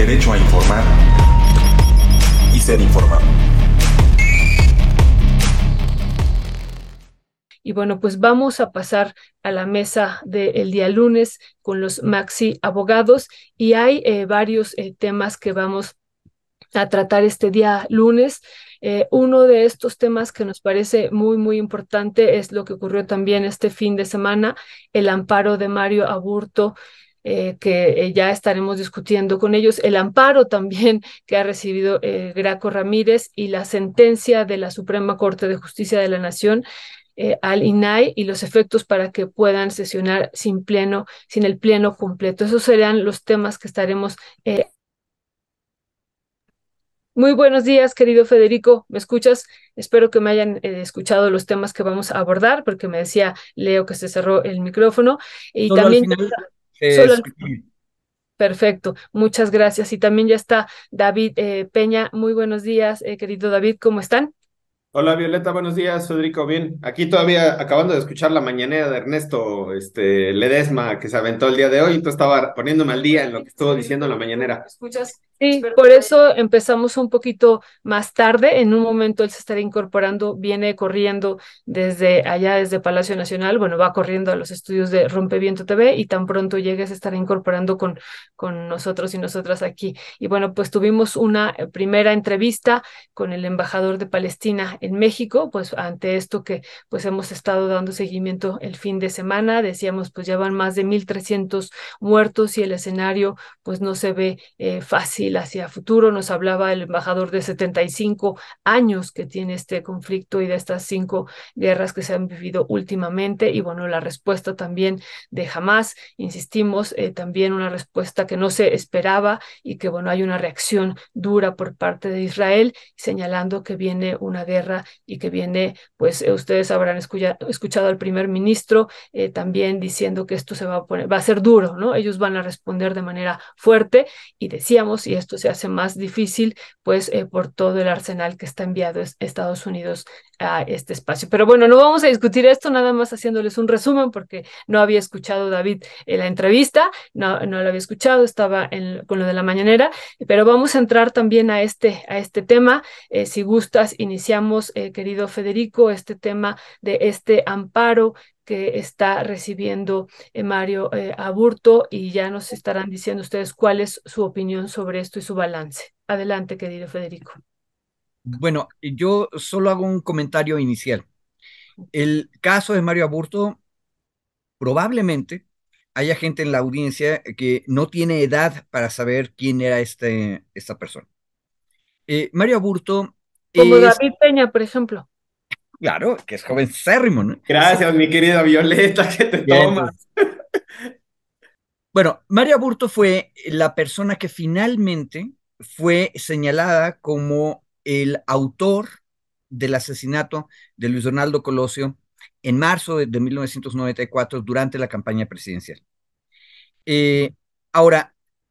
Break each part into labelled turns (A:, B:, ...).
A: derecho a informar y ser informado.
B: Y bueno, pues vamos a pasar a la mesa del día lunes con los Maxi abogados y hay varios temas que vamos a tratar este día lunes. Uno de estos temas que nos parece muy, muy importante es lo que ocurrió también este fin de semana, el amparo de Mario Aburto. Que ya estaremos discutiendo con ellos, el amparo también que ha recibido Graco Ramírez y la sentencia de la Suprema Corte de Justicia de la Nación al INAI y los efectos para que puedan sesionar sin pleno, sin el pleno completo. Esos serán los temas que estaremos. Muy buenos días, querido Federico. ¿Me escuchas? Espero que me hayan escuchado los temas que vamos a abordar, porque me decía Leo que se cerró el micrófono. Y
C: Solo al
B: también ya
C: final
B: está,
C: se
B: solo
C: escucha bien.
B: perfecto, muchas gracias. Y también ya está David Peña. Muy buenos días, querido David, ¿cómo están?
D: Hola Violeta, buenos días, Federico, bien. Aquí todavía acabando de escuchar la mañanera de Ernesto Ledesma que se aventó el día de hoy, entonces estaba poniéndome al día en lo que estuvo diciendo en la mañanera.
B: ¿Me escuchas? Sí, por eso empezamos un poquito más tarde. En un momento él se estará incorporando, viene corriendo desde allá, desde Palacio Nacional. Bueno, va corriendo a los estudios de Rompeviento TV y tan pronto llegue se estará incorporando con nosotros y nosotras aquí. Y bueno, pues tuvimos una primera entrevista con el embajador de Palestina en México, pues ante esto que pues hemos estado dando seguimiento el fin de semana. Decíamos, pues ya van más de 1,300 muertos y el escenario pues no se ve fácil hacia futuro. Nos hablaba el embajador de 75 años que tiene este conflicto y de estas 5 guerras que se han vivido últimamente. Y bueno, la respuesta también de Hamas, insistimos, también una respuesta que no se esperaba y que bueno, hay una reacción dura por parte de Israel, señalando que viene una guerra y que viene, pues ustedes habrán escuchado al primer ministro también diciendo que esto se va a poner, va a ser duro, ¿no? Ellos van a responder de manera fuerte y decíamos, y esto se hace más difícil, pues por todo el arsenal que está enviado Estados Unidos a este espacio. Pero bueno, no vamos a discutir esto, nada más haciéndoles un resumen porque no había escuchado David la entrevista, no lo había escuchado, estaba con lo de la mañanera, pero vamos a entrar también a este tema. Si gustas, iniciamos, querido Federico, este tema de este amparo que está recibiendo Mario Aburto y ya nos estarán diciendo ustedes cuál es su opinión sobre esto y su balance. Adelante, querido Federico.
C: Bueno, yo solo hago un comentario inicial. El caso de Mario Aburto, probablemente haya gente en la audiencia que no tiene edad para saber quién era esta persona. Mario Aburto
B: Como
C: es,
B: David Peña, por ejemplo.
C: claro, que es jovencérrimo, ¿no?
B: Sí.
D: Gracias, mi querida Violeta, que te
C: Bien,
D: tomas.
C: entonces, bueno, Mario Aburto fue la persona que finalmente fue señalada como el autor del asesinato de Luis Donaldo Colosio en marzo de 1994 durante la campaña presidencial. Eh, Ahora,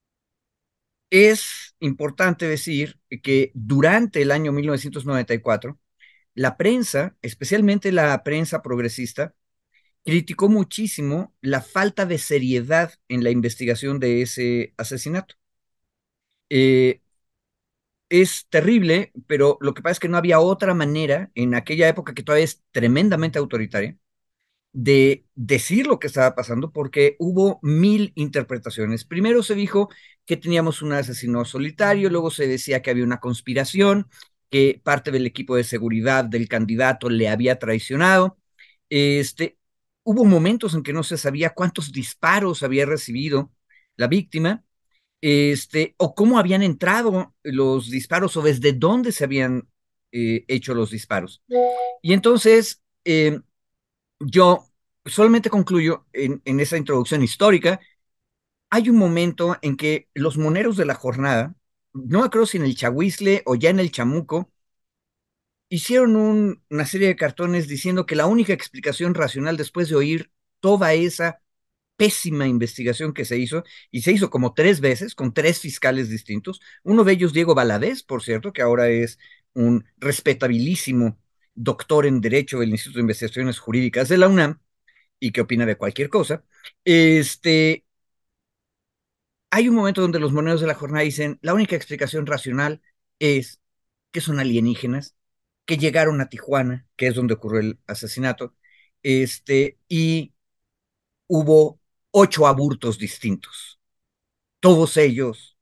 C: es importante decir que durante el año 1994, la prensa, especialmente la prensa progresista, criticó muchísimo la falta de seriedad en la investigación de ese asesinato. Eh, es terrible, pero lo que pasa es que no había otra manera en aquella época que todavía es tremendamente autoritaria de decir lo que estaba pasando porque hubo mil interpretaciones. Primero se dijo que teníamos un asesino solitario, luego se decía que había una conspiración, que parte del equipo de seguridad del candidato le había traicionado. Este, Hubo momentos en que no se sabía cuántos disparos había recibido la víctima, o cómo habían entrado los disparos o desde dónde se habían hecho los disparos. Y entonces, yo solamente concluyo en esa introducción histórica. Hay un momento en que los moneros de la jornada, no me acuerdo si en el Chahuizle o ya en el Chamuco, hicieron una serie de cartones diciendo que la única explicación racional después de oír toda esa pésima investigación que se hizo, y se hizo como 3 veces con 3 fiscales distintos, uno de ellos Diego Valadez, por cierto, que ahora es un respetabilísimo doctor en Derecho del Instituto de Investigaciones Jurídicas de la UNAM, y que opina de cualquier cosa. este, hay un momento donde los moneros de la jornada dicen, la única explicación racional es que son alienígenas, que llegaron a Tijuana, que es donde ocurrió el asesinato, y hubo 8 abortos distintos, todos ellos,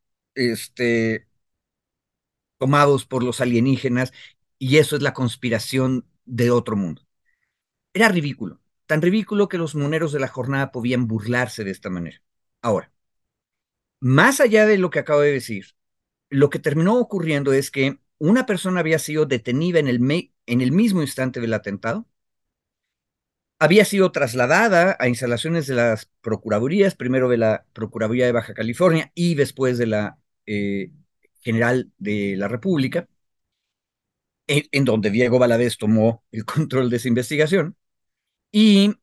C: tomados por los alienígenas, y eso es la conspiración de otro mundo. Era ridículo, tan ridículo que los moneros de la jornada podían burlarse de esta manera. Ahora, más allá de lo que acabo de decir, lo que terminó ocurriendo es que una persona había sido detenida en el mismo instante del atentado, había sido trasladada a instalaciones de las procuradurías, primero de la Procuraduría de Baja California y después de la General de la República, en donde Diego Valadez tomó el control de esa investigación, y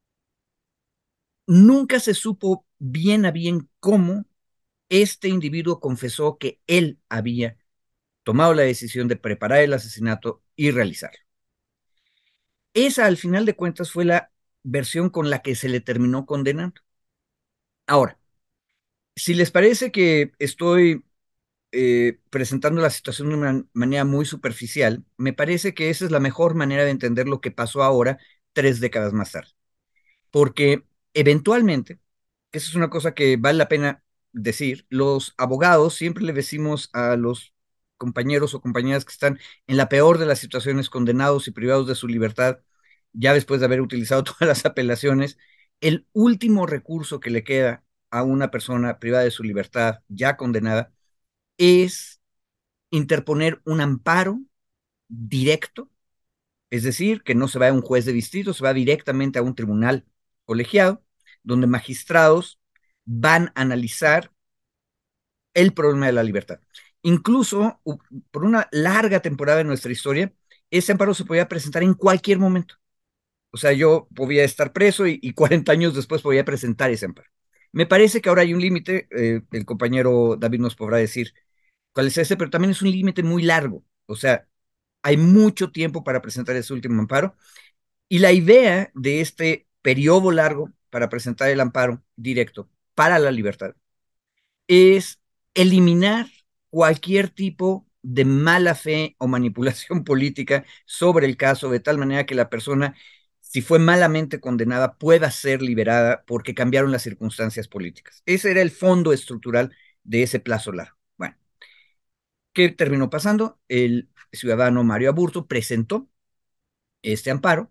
C: nunca se supo bien a bien cómo este individuo confesó que él había tomado la decisión de preparar el asesinato y realizarlo. Esa, al final de cuentas, fue la versión con la que se le terminó condenando. Ahora, si les parece que estoy presentando la situación de una manera muy superficial, me parece que esa es la mejor manera de entender lo que pasó ahora, 3 décadas más tarde. Porque eventualmente, que esa es una cosa que vale la pena decir, los abogados siempre le decimos a los compañeros o compañeras que están en la peor de las situaciones, condenados y privados de su libertad, ya después de haber utilizado todas las apelaciones, el último recurso que le queda a una persona privada de su libertad, ya condenada, es interponer un amparo directo, es decir, que no se va a un juez de distrito, se va directamente a un tribunal colegiado, donde magistrados van a analizar el problema de la libertad. Incluso por una larga temporada de nuestra historia, ese amparo se podía presentar en cualquier momento. O sea, yo podía estar preso y 40 años después podía presentar ese amparo. Me parece que ahora hay un límite, el compañero David nos podrá decir cuál es ese, pero también es un límite muy largo. O sea, hay mucho tiempo para presentar ese último amparo. Y la idea de este periodo largo para presentar el amparo directo para la libertad es eliminar cualquier tipo de mala fe o manipulación política sobre el caso, de tal manera que la persona, si fue malamente condenada, pueda ser liberada porque cambiaron las circunstancias políticas. Ese era el fondo estructural de ese plazo largo. Bueno, ¿qué terminó pasando? El ciudadano Mario Aburto presentó este amparo,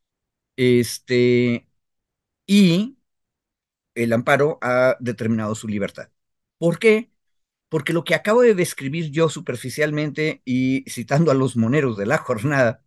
C: y el amparo ha determinado su libertad. ¿Por qué? Porque lo que acabo de describir yo superficialmente y citando a los moneros de la jornada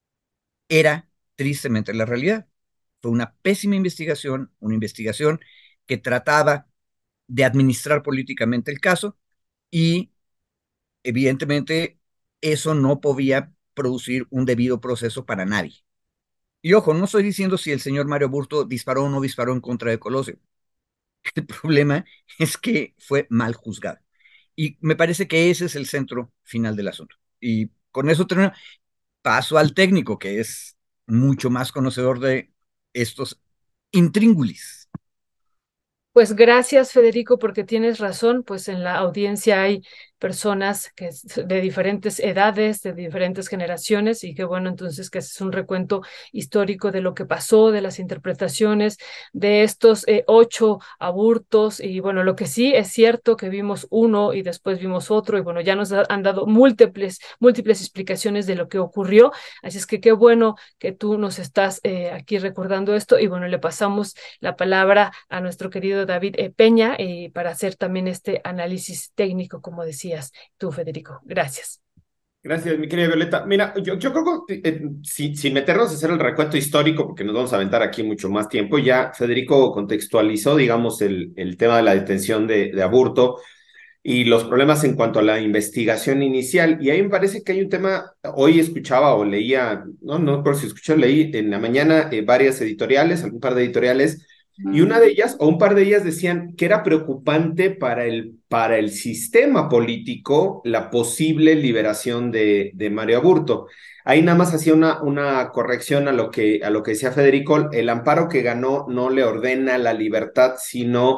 C: era tristemente la realidad. Fue una pésima investigación, una investigación que trataba de administrar políticamente el caso, y evidentemente eso no podía producir un debido proceso para nadie. Y ojo, no estoy diciendo si el señor Mario Burto disparó o no disparó en contra de Colosio. El problema es que fue mal juzgado. Y me parece que ese es el centro final del asunto. Y con eso termino. Paso al técnico, que es mucho más conocedor de estos intríngulis.
B: Pues gracias, Federico, porque tienes razón, pues en la audiencia hay personas de diferentes edades, de diferentes generaciones, y qué bueno entonces que es un recuento histórico de lo que pasó, de las interpretaciones de estos 8 abortos, y bueno, lo que sí es cierto que vimos uno y después vimos otro, y bueno, ya nos han dado múltiples explicaciones de lo que ocurrió, así es que qué bueno que tú nos estás aquí recordando esto, y bueno, le pasamos la palabra a nuestro querido David Peña para hacer también este análisis técnico, como decías tú, Federico. Gracias.
D: Gracias, mi querida Violeta. Mira, yo creo que sin meternos a hacer el recuento histórico, porque nos vamos a aventar aquí mucho más tiempo, ya Federico contextualizó, digamos, el tema de la detención de Aburto y los problemas en cuanto a la investigación inicial. Y ahí me parece que hay un tema, hoy escuchaba o leía, no por si escuché, leí en la mañana varias editoriales, algún par de editoriales, y una de ellas, o un par de ellas decían que era preocupante para el sistema político la posible liberación de Mario Aburto. Ahí nada más hacía una corrección a lo que decía Federico, el amparo que ganó no le ordena la libertad, sino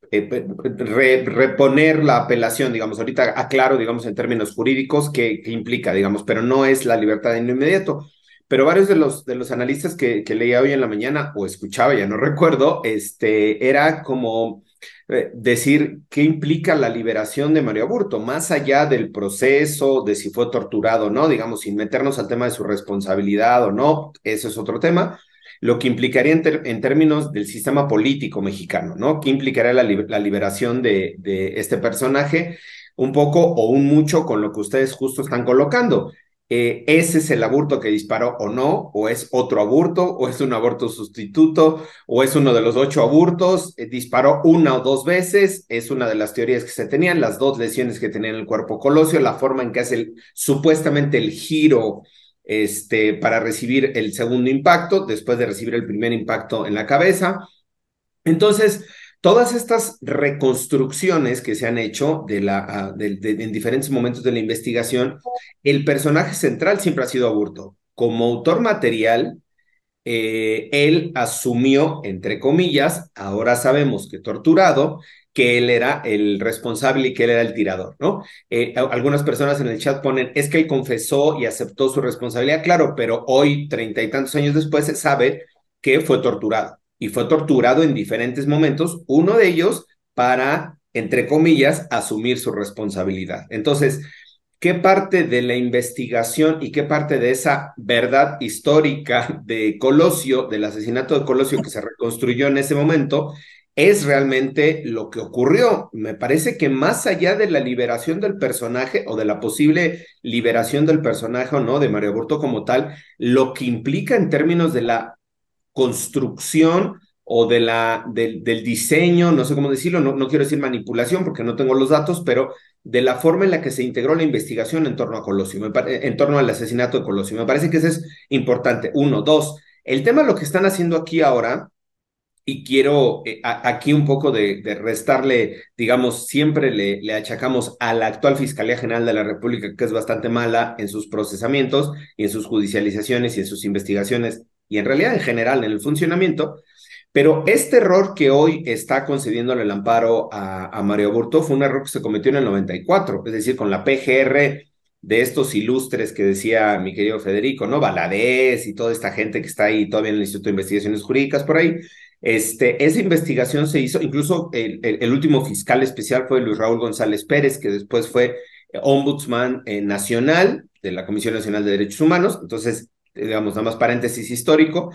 D: reponer la apelación, digamos, ahorita aclaro, digamos, en términos jurídicos qué implica, digamos, pero no es la libertad en lo inmediato. Pero varios de los analistas que leía hoy en la mañana, o escuchaba, ya no recuerdo, era como decir qué implica la liberación de Mario Aburto, más allá del proceso, de si fue torturado o no, digamos, sin meternos al tema de su responsabilidad o no, eso es otro tema, lo que implicaría en términos del sistema político mexicano, ¿no? ¿Qué implicaría la liberación de este personaje? Un poco o un mucho con lo que ustedes justo están colocando. ¿Ese es el aborto que disparó o no? ¿O es otro aborto? ¿O es un aborto sustituto? ¿O es uno de los 8 abortos? ¿Disparó una o 2 veces? Es una de las teorías que se tenían, las 2 lesiones que tenía en el cuerpo colosio, la forma en que hace supuestamente el giro para recibir el segundo impacto, después de recibir el primer impacto en la cabeza. Entonces, todas estas reconstrucciones que se han hecho en diferentes momentos de la investigación, el personaje central siempre ha sido Aburto. Como autor material, él asumió, entre comillas, ahora sabemos que torturado, que él era el responsable y que él era el tirador, ¿no? Algunas personas en el chat ponen, es que él confesó y aceptó su responsabilidad, claro, pero hoy, 30 y tantos años después, se sabe que fue torturado, y fue torturado en diferentes momentos, uno de ellos para, entre comillas, asumir su responsabilidad. Entonces, ¿qué parte de la investigación y qué parte de esa verdad histórica de Colosio, del asesinato de Colosio que se reconstruyó en ese momento, es realmente lo que ocurrió? Me parece que más allá de la liberación del personaje o de la posible liberación del personaje o no, de Mario Aburto como tal, lo que implica en términos de la construcción o del diseño, no sé cómo decirlo, no quiero decir manipulación porque no tengo los datos, pero de la forma en la que se integró la investigación en torno a Colosio, en torno al asesinato de Colosio. Me parece que eso es importante. 1, 2, el tema de lo que están haciendo aquí ahora, y quiero aquí un poco de restarle, digamos, siempre le achacamos a la actual Fiscalía General de la República, que es bastante mala en sus procesamientos y en sus judicializaciones y en sus investigaciones, y en realidad en general en el funcionamiento. Pero este error que hoy está concediéndole el amparo a Mario Aburto fue un error que se cometió en el 94, es decir, con la PGR de estos ilustres que decía mi querido Federico, ¿no? Valadez y toda esta gente que está ahí todavía en el Instituto de Investigaciones Jurídicas por ahí. Esa investigación se hizo, incluso el último fiscal especial fue Luis Raúl González Pérez, que después fue ombudsman nacional de la Comisión Nacional de Derechos Humanos. Entonces, digamos, nada más paréntesis histórico,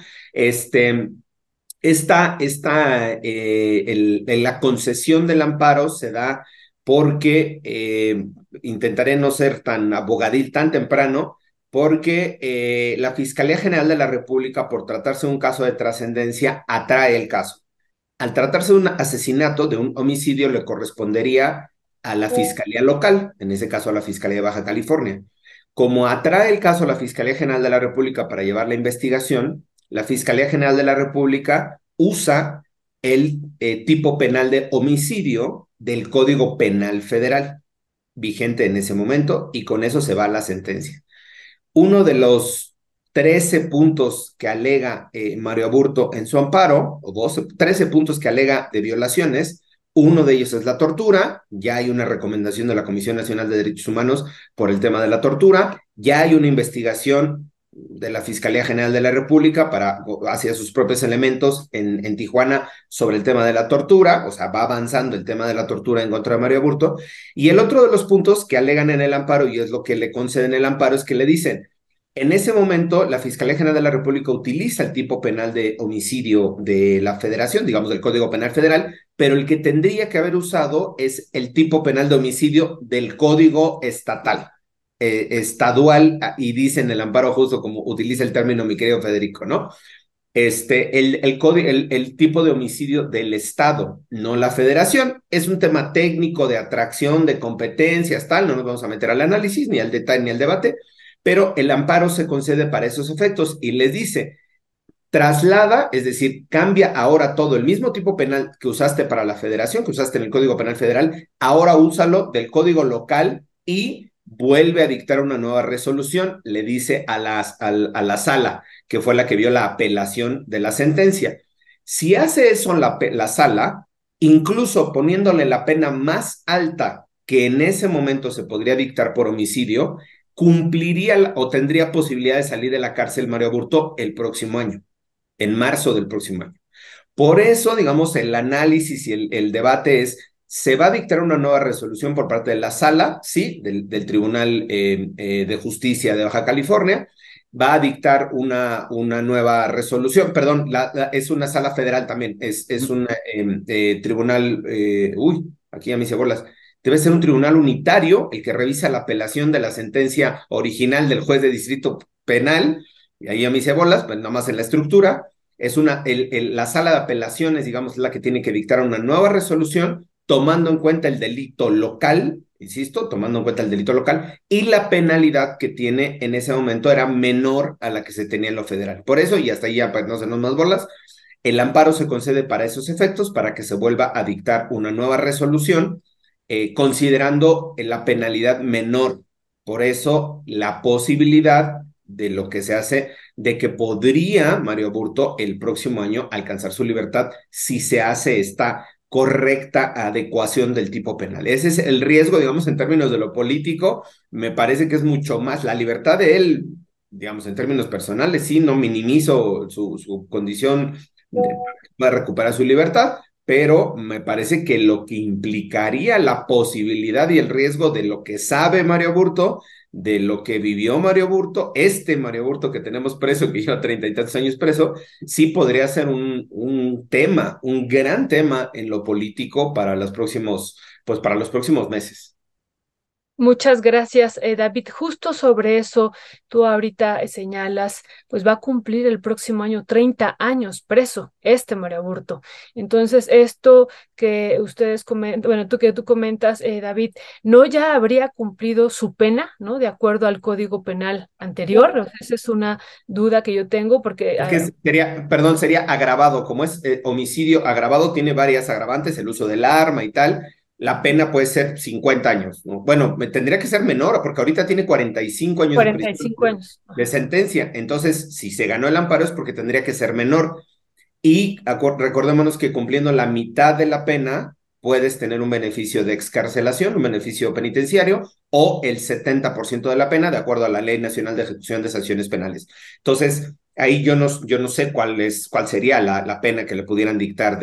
D: la concesión del amparo se da porque intentaré no ser tan abogadil tan temprano, porque la Fiscalía General de la República, por tratarse de un caso de trascendencia, atrae el caso. Al tratarse de un asesinato, de un homicidio, le correspondería a la Fiscalía local, en ese caso a la Fiscalía de Baja California. Como atrae el caso a la Fiscalía General de la República para llevar la investigación, la Fiscalía General de la República usa el tipo penal de homicidio del Código Penal Federal, vigente en ese momento, y con eso se va a la sentencia. Uno de los 13 puntos que alega Mario Aburto en su amparo, o 13 puntos que alega de violaciones, uno de ellos es la tortura. Ya hay una recomendación de la Comisión Nacional de Derechos Humanos por el tema de la tortura, ya hay una investigación de la Fiscalía General de la República hacia sus propios elementos en Tijuana sobre el tema de la tortura, o sea, va avanzando el tema de la tortura en contra de Mario Aburto. Y el otro de los puntos que alegan en el amparo, y es lo que le conceden el amparo, es que le dicen, en ese momento la Fiscalía General de la República utiliza el tipo penal de homicidio de la Federación, digamos del Código Penal Federal, pero el que tendría que haber usado es el tipo penal de homicidio del Código Estatal. Estadual, y dice en el amparo justo como utiliza el término mi querido Federico, ¿no? El tipo de homicidio del Estado, no la Federación. Es un tema técnico de atracción, de competencias, tal, no nos vamos a meter al análisis, ni al detalle, ni al debate, pero el amparo se concede para esos efectos y les dice, traslada, es decir, cambia ahora todo, el mismo tipo penal que usaste para la Federación, que usaste en el Código Penal Federal, ahora úsalo del Código Local y vuelve a dictar una nueva resolución, le dice a la sala, que fue la que vio la apelación de la sentencia. Si hace eso la sala, incluso poniéndole la pena más alta que en ese momento se podría dictar por homicidio, cumpliría o tendría posibilidad de salir de la cárcel Mario Aburto el próximo año, en marzo del próximo año. Por eso, digamos, el análisis y el debate es, ¿se va a dictar una nueva resolución por parte de la sala, sí, del Tribunal de Justicia de Baja California? Va a dictar una nueva resolución, perdón, es una sala federal también, es un tribunal, aquí ya me hice bolas, debe ser un tribunal unitario el que revisa la apelación de la sentencia original del juez de distrito penal, y ahí ya me hice bolas, pues nomás en la estructura, es la sala de apelaciones, digamos, es la que tiene que dictar una nueva resolución tomando en cuenta el delito local, insisto, tomando en cuenta el delito local y la penalidad que tiene en ese momento era menor a la que se tenía en lo federal. Por eso, y hasta ahí ya pues, no se nos más bolas, el amparo se concede para esos efectos, para que se vuelva a dictar una nueva resolución, considerando la penalidad menor. Por eso, la posibilidad de lo que se hace, de que podría Mario Aburto el próximo año alcanzar su libertad si se hace esta correcta adecuación del tipo penal. Ese es el riesgo, digamos, en términos de lo político, me parece que es mucho más la libertad de él, digamos, en términos personales, sí, no minimizo su condición de recuperar su libertad, pero me parece que lo que implicaría la posibilidad y el riesgo de lo que sabe Mario Aburto, de lo que vivió Mario Aburto, este Mario Aburto que tenemos preso, que lleva 30 y tantos años preso, sí podría ser un tema, un gran tema en lo político para pues para los próximos meses.
B: Muchas gracias, David. Justo sobre eso, tú ahorita señalas, pues va a cumplir el próximo año 30 años preso este Mario Aburto. Entonces, esto que ustedes comentan, bueno, tú comentas, David, ¿no ya habría cumplido su pena, ¿no? De acuerdo al Código Penal anterior. O sea, esa es una duda que yo tengo porque...
D: Es que sería agravado, como es homicidio agravado, tiene varias agravantes, el uso del arma y tal. La pena puede ser 50 años, ¿no? Bueno, tendría que ser menor, porque ahorita tiene 45 años de
B: 45
D: prisión
B: años.
D: de sentencia. Entonces, si se ganó el amparo es porque tendría que ser menor. Y recordémonos que cumpliendo la mitad de la pena, puedes tener un beneficio de excarcelación, un beneficio penitenciario, o el 70% de la pena, de acuerdo a la Ley Nacional de Ejecución de Sanciones Penales. Entonces, ahí yo no sé cuál sería la pena que le pudieran dictar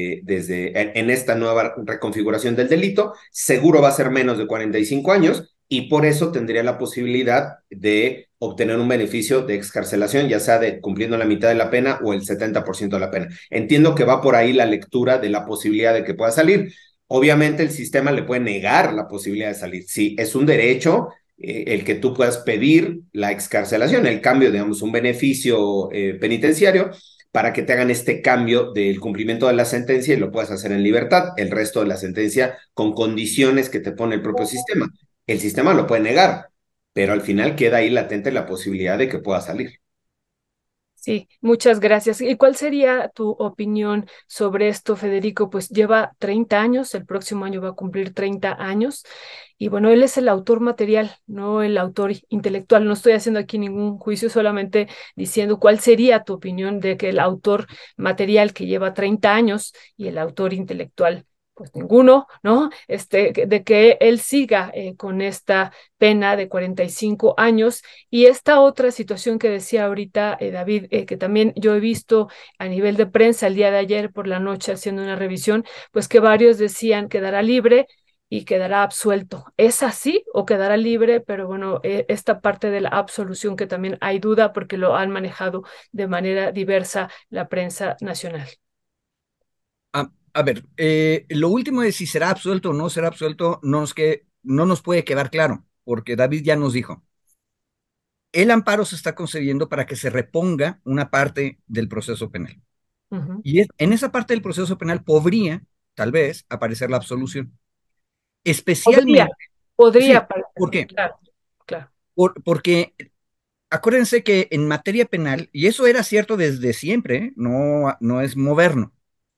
D: en esta nueva reconfiguración del delito. Seguro va a ser menos de 45 años y por eso tendría la posibilidad de obtener un beneficio de excarcelación, ya sea de cumpliendo la mitad de la pena o el 70% de la pena. Entiendo que va por ahí la lectura de la posibilidad de que pueda salir. Obviamente el sistema le puede negar la posibilidad de salir. Sí, es un derecho el que tú puedas pedir la excarcelación, el cambio, digamos, un beneficio penitenciario para que te hagan este cambio del cumplimiento de la sentencia y lo puedas hacer en libertad, el resto de la sentencia con condiciones que te pone el propio sistema. El sistema lo puede negar, pero al final queda ahí latente la posibilidad de que pueda salir.
B: Sí, muchas gracias. ¿Y cuál sería tu opinión sobre esto, Federico? Pues lleva 30 años, el próximo año va a cumplir 30 años. Y bueno, él es el autor material, no el autor intelectual. No estoy haciendo aquí ningún juicio, solamente diciendo cuál sería tu opinión de que el autor material que lleva 30 años y el autor intelectual, pues ninguno, ¿no? De que él siga con esta pena de 45 años. Y esta otra situación que decía ahorita David, que también yo he visto a nivel de prensa el día de ayer por la noche haciendo una revisión, pues que varios decían quedará libre y quedará absuelto. ¿Es así o quedará libre? Pero bueno, esta parte de la absolución que también hay duda porque lo han manejado de manera diversa la prensa nacional.
C: A ver, lo último de si será absuelto o no será absuelto no nos puede quedar claro, porque David ya nos dijo, el amparo se está concediendo para que se reponga una parte del proceso penal.
B: Ujú.
C: Y en esa parte del proceso penal podría, tal vez, aparecer la absolución.
B: Podría,
C: Especialmente,
B: podría
C: sí,
B: parecer,
C: ¿por qué?
B: claro, claro.
C: Porque acuérdense que en materia penal, y eso era cierto desde siempre, no es moderno,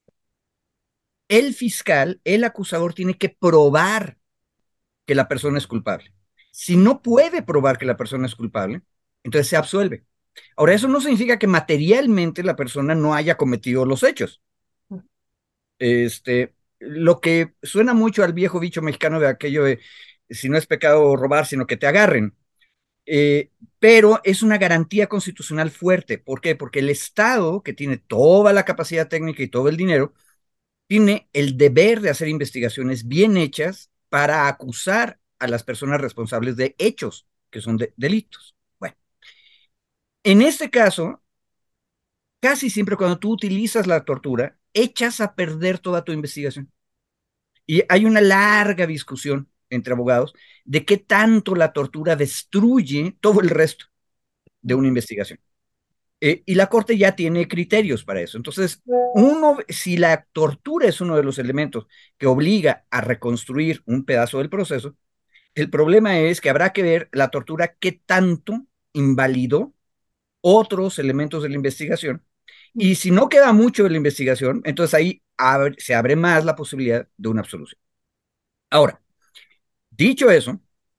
C: el fiscal, el acusador tiene que probar que la persona es culpable. Si no puede probar que la persona es culpable, entonces se absuelve. Ahora, eso no significa que materialmente la persona no haya cometido los hechos. lo que suena mucho al viejo dicho mexicano de aquello de si no es pecado robar, sino que te agarren. Eh, pero es una garantía constitucional fuerte. ¿Por qué? Porque el Estado, que tiene toda la capacidad técnica y todo el dinero, tiene el deber de hacer investigaciones bien hechas para acusar a las personas responsables de hechos que son delitos. Bueno, en este caso, casi siempre cuando tú utilizas la tortura, echas a perder toda tu investigación. Y hay una larga discusión entre abogados de qué tanto la tortura destruye todo el resto de una investigación. Y la Corte ya tiene criterios para eso. Entonces, si la tortura es uno de los elementos que obliga a reconstruir un pedazo del proceso, el problema es que habrá que ver la tortura qué tanto invalidó otros elementos de la investigación. Y si no queda mucho de la investigación, entonces ahí se abre más la posibilidad de una absolución. Ahora, dicho eso,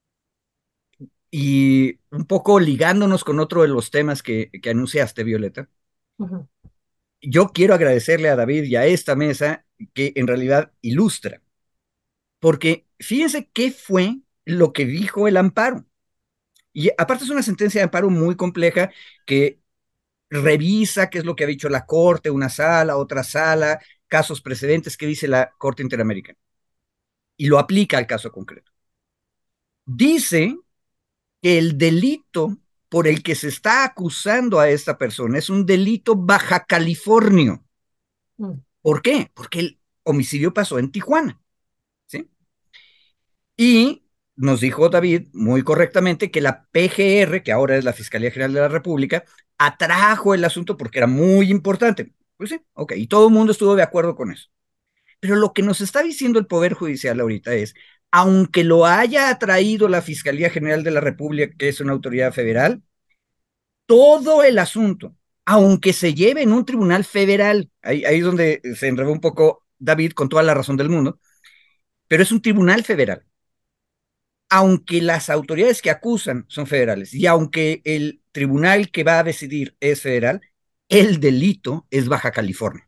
C: y un poco ligándonos con otro de los temas que anunciaste, Violeta, yo quiero agradecerle a David y a esta mesa que en realidad ilustra, porque fíjense qué fue lo que dijo el amparo. Y aparte es una sentencia de amparo muy compleja que revisa qué es lo que ha dicho la Corte, una sala, otra sala, casos precedentes que dice la Corte Interamericana, y lo aplica al caso concreto. Dice que el delito por el que se está acusando a esta persona es un delito baja californio. ¿Por qué? Porque el homicidio pasó en Tijuana, ¿sí? Y nos dijo David muy correctamente que la PGR, que ahora es la Fiscalía General de la República, atrajo el asunto porque era muy importante. Pues sí, ok, y todo el mundo estuvo de acuerdo con eso. Pero lo que nos está diciendo el Poder Judicial ahorita es, aunque lo haya atraído la Fiscalía General de la República, que es una autoridad federal, todo el asunto, aunque se lleve en un tribunal federal, ahí es donde se enredó un poco David con toda la razón del mundo, pero es un tribunal federal. Aunque las autoridades que acusan son federales y aunque el tribunal que va a decidir es federal, el delito es Baja California.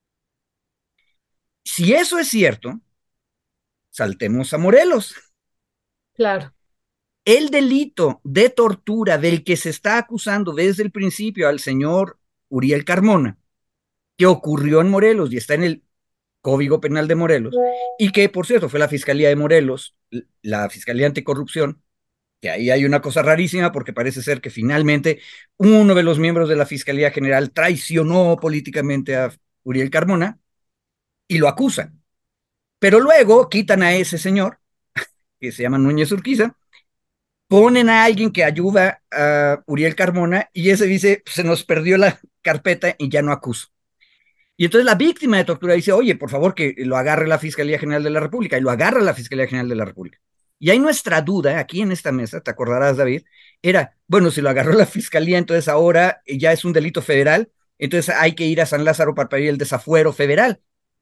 C: Si eso es cierto, saltemos a Morelos.
B: Claro.
C: El delito de tortura del que se está acusando desde el principio al señor Uriel Carmona, que ocurrió en Morelos y está en el Código Penal de Morelos, y que, por cierto, fue la Fiscalía de Morelos, la Fiscalía Anticorrupción, que ahí hay una cosa rarísima porque parece ser que finalmente uno de los miembros de la Fiscalía General traicionó políticamente a Uriel Carmona y lo acusan. Pero luego quitan a ese señor, que se llama Núñez Urquiza, ponen a alguien que ayuda a Uriel Carmona y ese dice, se nos perdió la carpeta y ya no acuso. Y entonces la víctima de tortura dice, oye, por favor, que lo agarre la Fiscalía General de la República, y lo agarra la Fiscalía General de la República. Y ahí nuestra duda, aquí en esta mesa, te acordarás, David, era, bueno, si lo agarró la Fiscalía, entonces ahora ya es un delito federal, entonces hay que ir a San Lázaro para pedir el desafuero federal.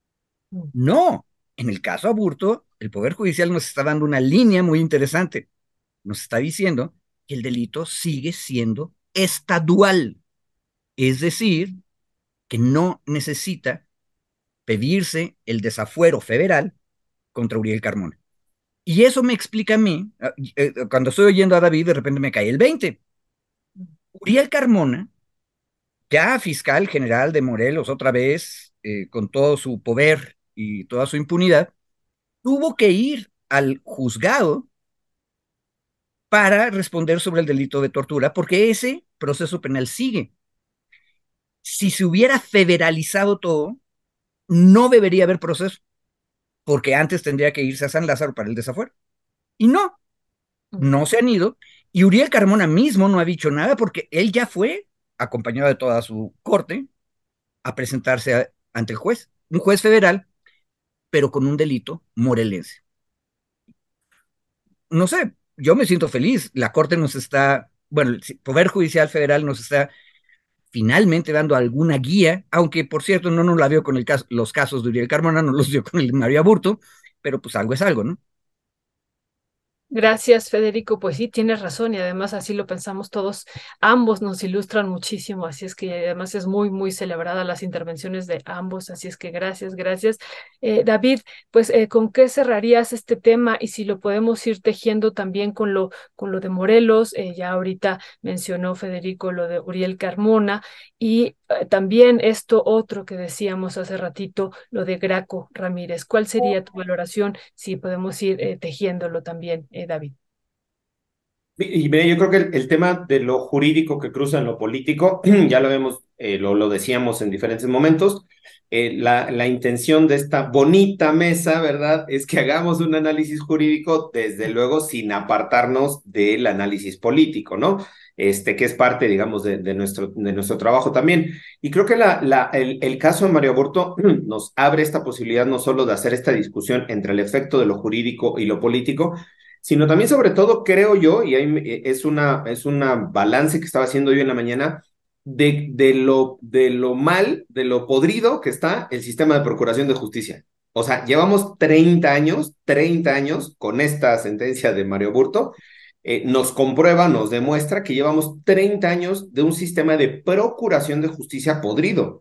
C: No, en el caso Aburto, el Poder Judicial nos está dando una línea muy interesante. Nos está diciendo que el delito sigue siendo estadual, es decir, que no necesita pedirse el desafuero federal contra Uriel Carmona. Y eso me explica a mí, cuando estoy oyendo a David, de repente me cae el 20. Uriel Carmona, ya fiscal general de Morelos otra vez, con todo su poder y toda su impunidad, tuvo que ir al juzgado para responder sobre el delito de tortura, porque ese proceso penal sigue. Si se hubiera federalizado todo, no debería haber proceso, porque antes tendría que irse a San Lázaro para el desafuero. Y no se han ido. Y Uriel Carmona mismo no ha dicho nada porque él ya fue, acompañado de toda su corte, a presentarse ante el juez, un juez federal, pero con un delito morelense. No sé, yo me siento feliz. La corte nos está, bueno, el Poder Judicial Federal nos está finalmente dando alguna guía, aunque por cierto no nos la dio con los casos de Uriel Carmona, no los dio con el Mario Aburto, pero pues algo es algo, ¿no?
B: Gracias, Federico. Pues sí, tienes razón y además así lo pensamos todos. Ambos nos ilustran muchísimo, así es que además es muy, muy celebrada las intervenciones de ambos, así es que gracias, gracias. David, pues ¿con qué cerrarías este tema y si lo podemos ir tejiendo también con lo de Morelos? Ya ahorita mencionó Federico lo de Uriel Carmona y también esto otro que decíamos hace ratito, lo de Graco Ramírez. ¿Cuál sería tu valoración si podemos ir tejiéndolo también, David?
D: Y mira, yo creo que el tema de lo jurídico que cruza en lo político, ya lo vemos, lo decíamos en diferentes momentos, la intención de esta bonita mesa, ¿verdad? Es que hagamos un análisis jurídico, desde luego, sin apartarnos del análisis político, ¿no? Que es parte, digamos, de nuestro trabajo también. Y creo que el caso de Mario Aburto nos abre esta posibilidad no solo de hacer esta discusión entre el efecto de lo jurídico y lo político, sino también, sobre todo, creo yo, y ahí es una balance que estaba haciendo yo en la mañana, de lo mal, de lo podrido que está el sistema de procuración de justicia. O sea, llevamos 30 años con esta sentencia de Mario Burto, nos comprueba, nos demuestra que llevamos 30 años de un sistema de procuración de justicia podrido.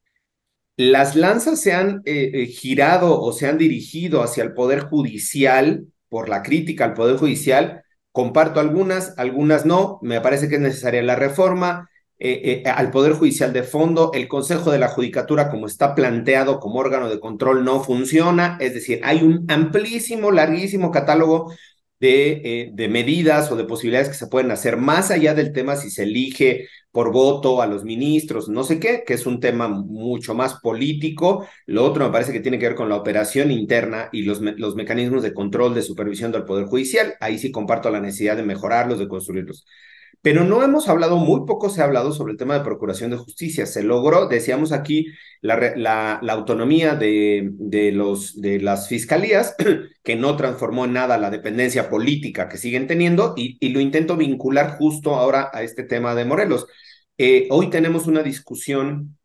D: Las lanzas se han girado o se han dirigido hacia el Poder Judicial por la crítica al Poder Judicial. Comparto algunas no. Me parece que es necesaria la reforma al Poder Judicial de fondo. El Consejo de la Judicatura, como está planteado como órgano de control, no funciona. Es decir, hay un amplísimo, larguísimo catálogo de medidas o de posibilidades que se pueden hacer más allá del tema si se elige por voto a los ministros, no sé qué, que es un tema mucho más político. Lo otro me parece que tiene que ver con la operación interna y los mecanismos de control, de supervisión del Poder Judicial. Ahí sí comparto la necesidad de mejorarlos, de construirlos. Pero no hemos hablado, muy poco se ha hablado sobre el tema de procuración de justicia. Se logró, decíamos aquí, la autonomía de las fiscalías, que no transformó en nada la dependencia política que siguen teniendo, y lo intento vincular justo ahora a este tema de Morelos. Hoy tenemos una discusión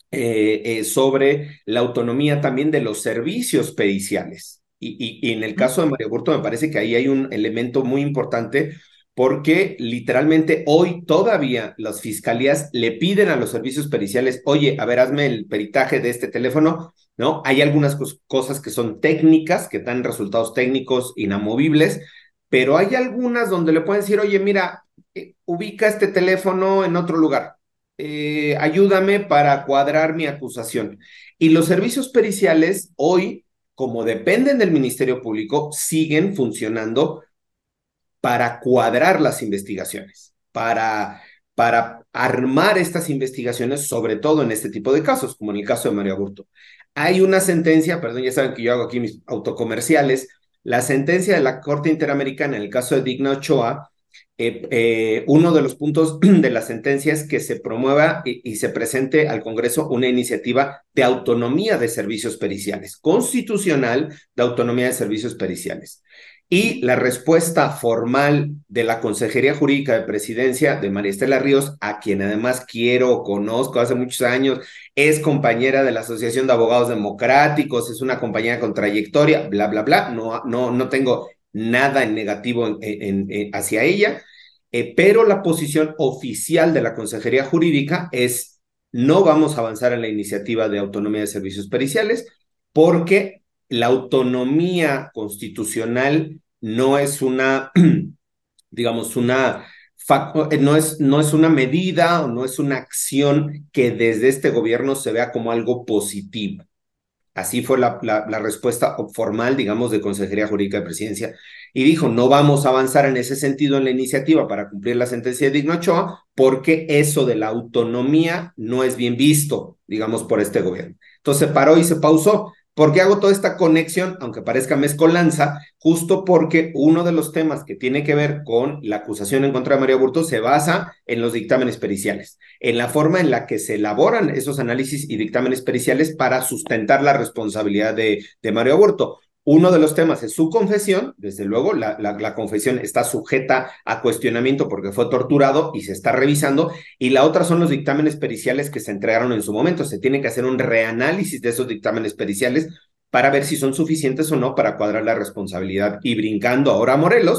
D: sobre la autonomía también de los servicios periciales. Y en el caso de Mario Burto me parece que ahí hay un elemento muy importante, porque literalmente hoy todavía las fiscalías le piden a los servicios periciales, oye, a ver, hazme el peritaje de este teléfono, ¿no? Hay algunas cosas que son técnicas, que dan resultados técnicos inamovibles, pero hay algunas donde le pueden decir, oye, mira, ubica este teléfono en otro lugar, ayúdame para cuadrar mi acusación. Y los servicios periciales hoy, como dependen del Ministerio Público, siguen funcionando para cuadrar las investigaciones, para armar estas investigaciones, sobre todo en este tipo de casos, como en el caso de Mario Aburto. Hay una sentencia, perdón, ya saben que yo hago aquí mis autocomerciales, la sentencia de la Corte Interamericana en el caso de Digna Ochoa. Uno de los puntos de la sentencia es que se promueva y se presente al Congreso una iniciativa de autonomía de servicios periciales, constitucional de autonomía de servicios periciales. Y la respuesta formal de la Consejería Jurídica de Presidencia de María Estela Ríos, a quien además quiero, conozco hace muchos años, es compañera de la Asociación de Abogados Democráticos, es una compañera con trayectoria, bla, bla, bla, no tengo nada en negativo hacia ella, pero la posición oficial de la Consejería Jurídica es: no vamos a avanzar en la iniciativa de autonomía de servicios periciales, porque la autonomía constitucional no es una, digamos, no es una medida o no es una acción que desde este gobierno se vea como algo positivo. Así fue la respuesta formal, digamos, de Consejería Jurídica de Presidencia. Y dijo, no vamos a avanzar en ese sentido en la iniciativa para cumplir la sentencia de Digna Ochoa, porque eso de la autonomía no es bien visto, digamos, por este gobierno. Entonces se paró y se pausó. ¿Por qué hago toda esta conexión? Aunque parezca mezcolanza, justo porque uno de los temas que tiene que ver con la acusación en contra de Mario Aburto se basa en los dictámenes periciales, en la forma en la que se elaboran esos análisis y dictámenes periciales para sustentar la responsabilidad de Mario Aburto. Uno de los temas es su confesión. Desde luego, la confesión está sujeta a cuestionamiento porque fue torturado y se está revisando. Y la otra son los dictámenes periciales que se entregaron en su momento. Se tiene que hacer un reanálisis de esos dictámenes periciales para ver si son suficientes o no para cuadrar la responsabilidad. Y brincando ahora a Morelos,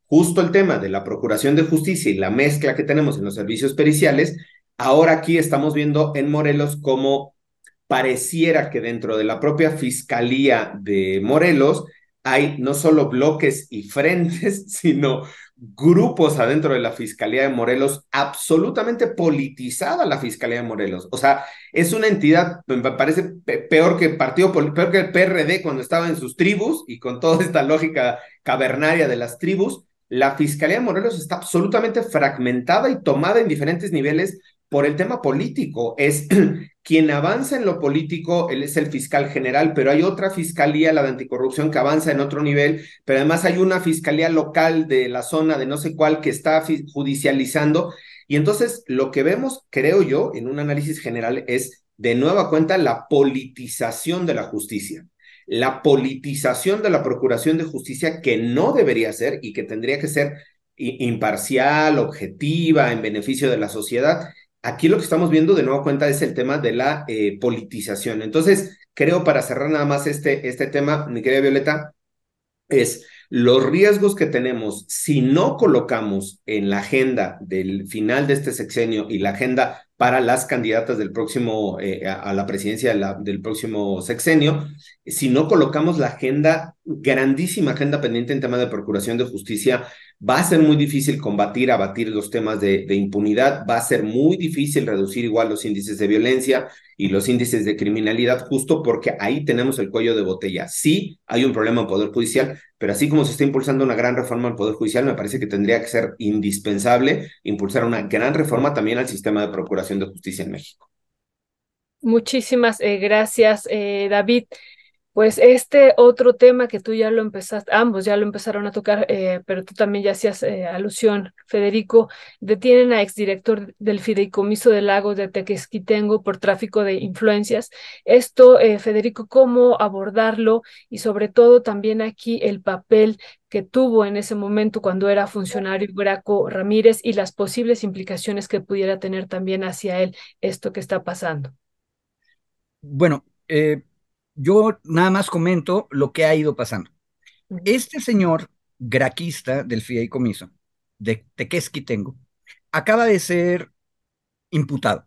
D: justo el tema de la procuración de justicia y la mezcla que tenemos en los servicios periciales, ahora aquí estamos viendo en Morelos cómo pareciera que dentro de la propia Fiscalía de Morelos hay no solo bloques y frentes, sino grupos adentro de la Fiscalía de Morelos, absolutamente politizada la Fiscalía de Morelos. O sea, es una entidad, me parece peor que peor que el PRD cuando estaba en sus tribus y con toda esta lógica cavernaria de las tribus. La Fiscalía de Morelos está absolutamente fragmentada y tomada en diferentes niveles por el tema político. Es quien avanza en lo político, él es el fiscal general, pero hay otra fiscalía, la de anticorrupción, que avanza en otro nivel, pero además hay una fiscalía local de la zona de no sé cuál que está judicializando. Y entonces lo que vemos, creo yo, en un análisis general es de nueva cuenta la politización de la justicia. La politización de la Procuración de Justicia que no debería ser y que tendría que ser imparcial, objetiva, en beneficio de la sociedad. Aquí lo que estamos viendo de nueva cuenta es el tema de la politización. Entonces, creo para cerrar nada más este tema, mi querida Violeta, es los riesgos que tenemos si no colocamos en la agenda del final de este sexenio y la agenda para las candidatas del próximo, a la presidencia del próximo sexenio, si no colocamos la agenda, grandísima agenda pendiente en tema de procuración de justicia, va a ser muy difícil abatir los temas de impunidad, va a ser muy difícil reducir igual los índices de violencia y los índices de criminalidad, justo porque ahí tenemos el cuello de botella. Sí, hay un problema en Poder Judicial, pero así como se está impulsando una gran reforma al Poder Judicial, me parece que tendría que ser indispensable impulsar una gran reforma también al sistema de procuración de justicia en México.
B: Muchísimas gracias, David. Pues este otro tema que tú ya lo empezaste, ambos ya lo empezaron a tocar, pero tú también ya hacías alusión, Federico, detienen a exdirector del Fideicomiso del Lago de Tequesquitengo por tráfico de influencias. Esto, Federico, ¿cómo abordarlo? Y sobre todo también aquí el papel que tuvo en ese momento cuando era funcionario Graco Ramírez y las posibles implicaciones que pudiera tener también hacia él esto que está pasando.
C: Bueno, yo nada más comento lo que ha ido pasando. Este señor graquista del fideicomiso de Tequesquitengo acaba de ser imputado.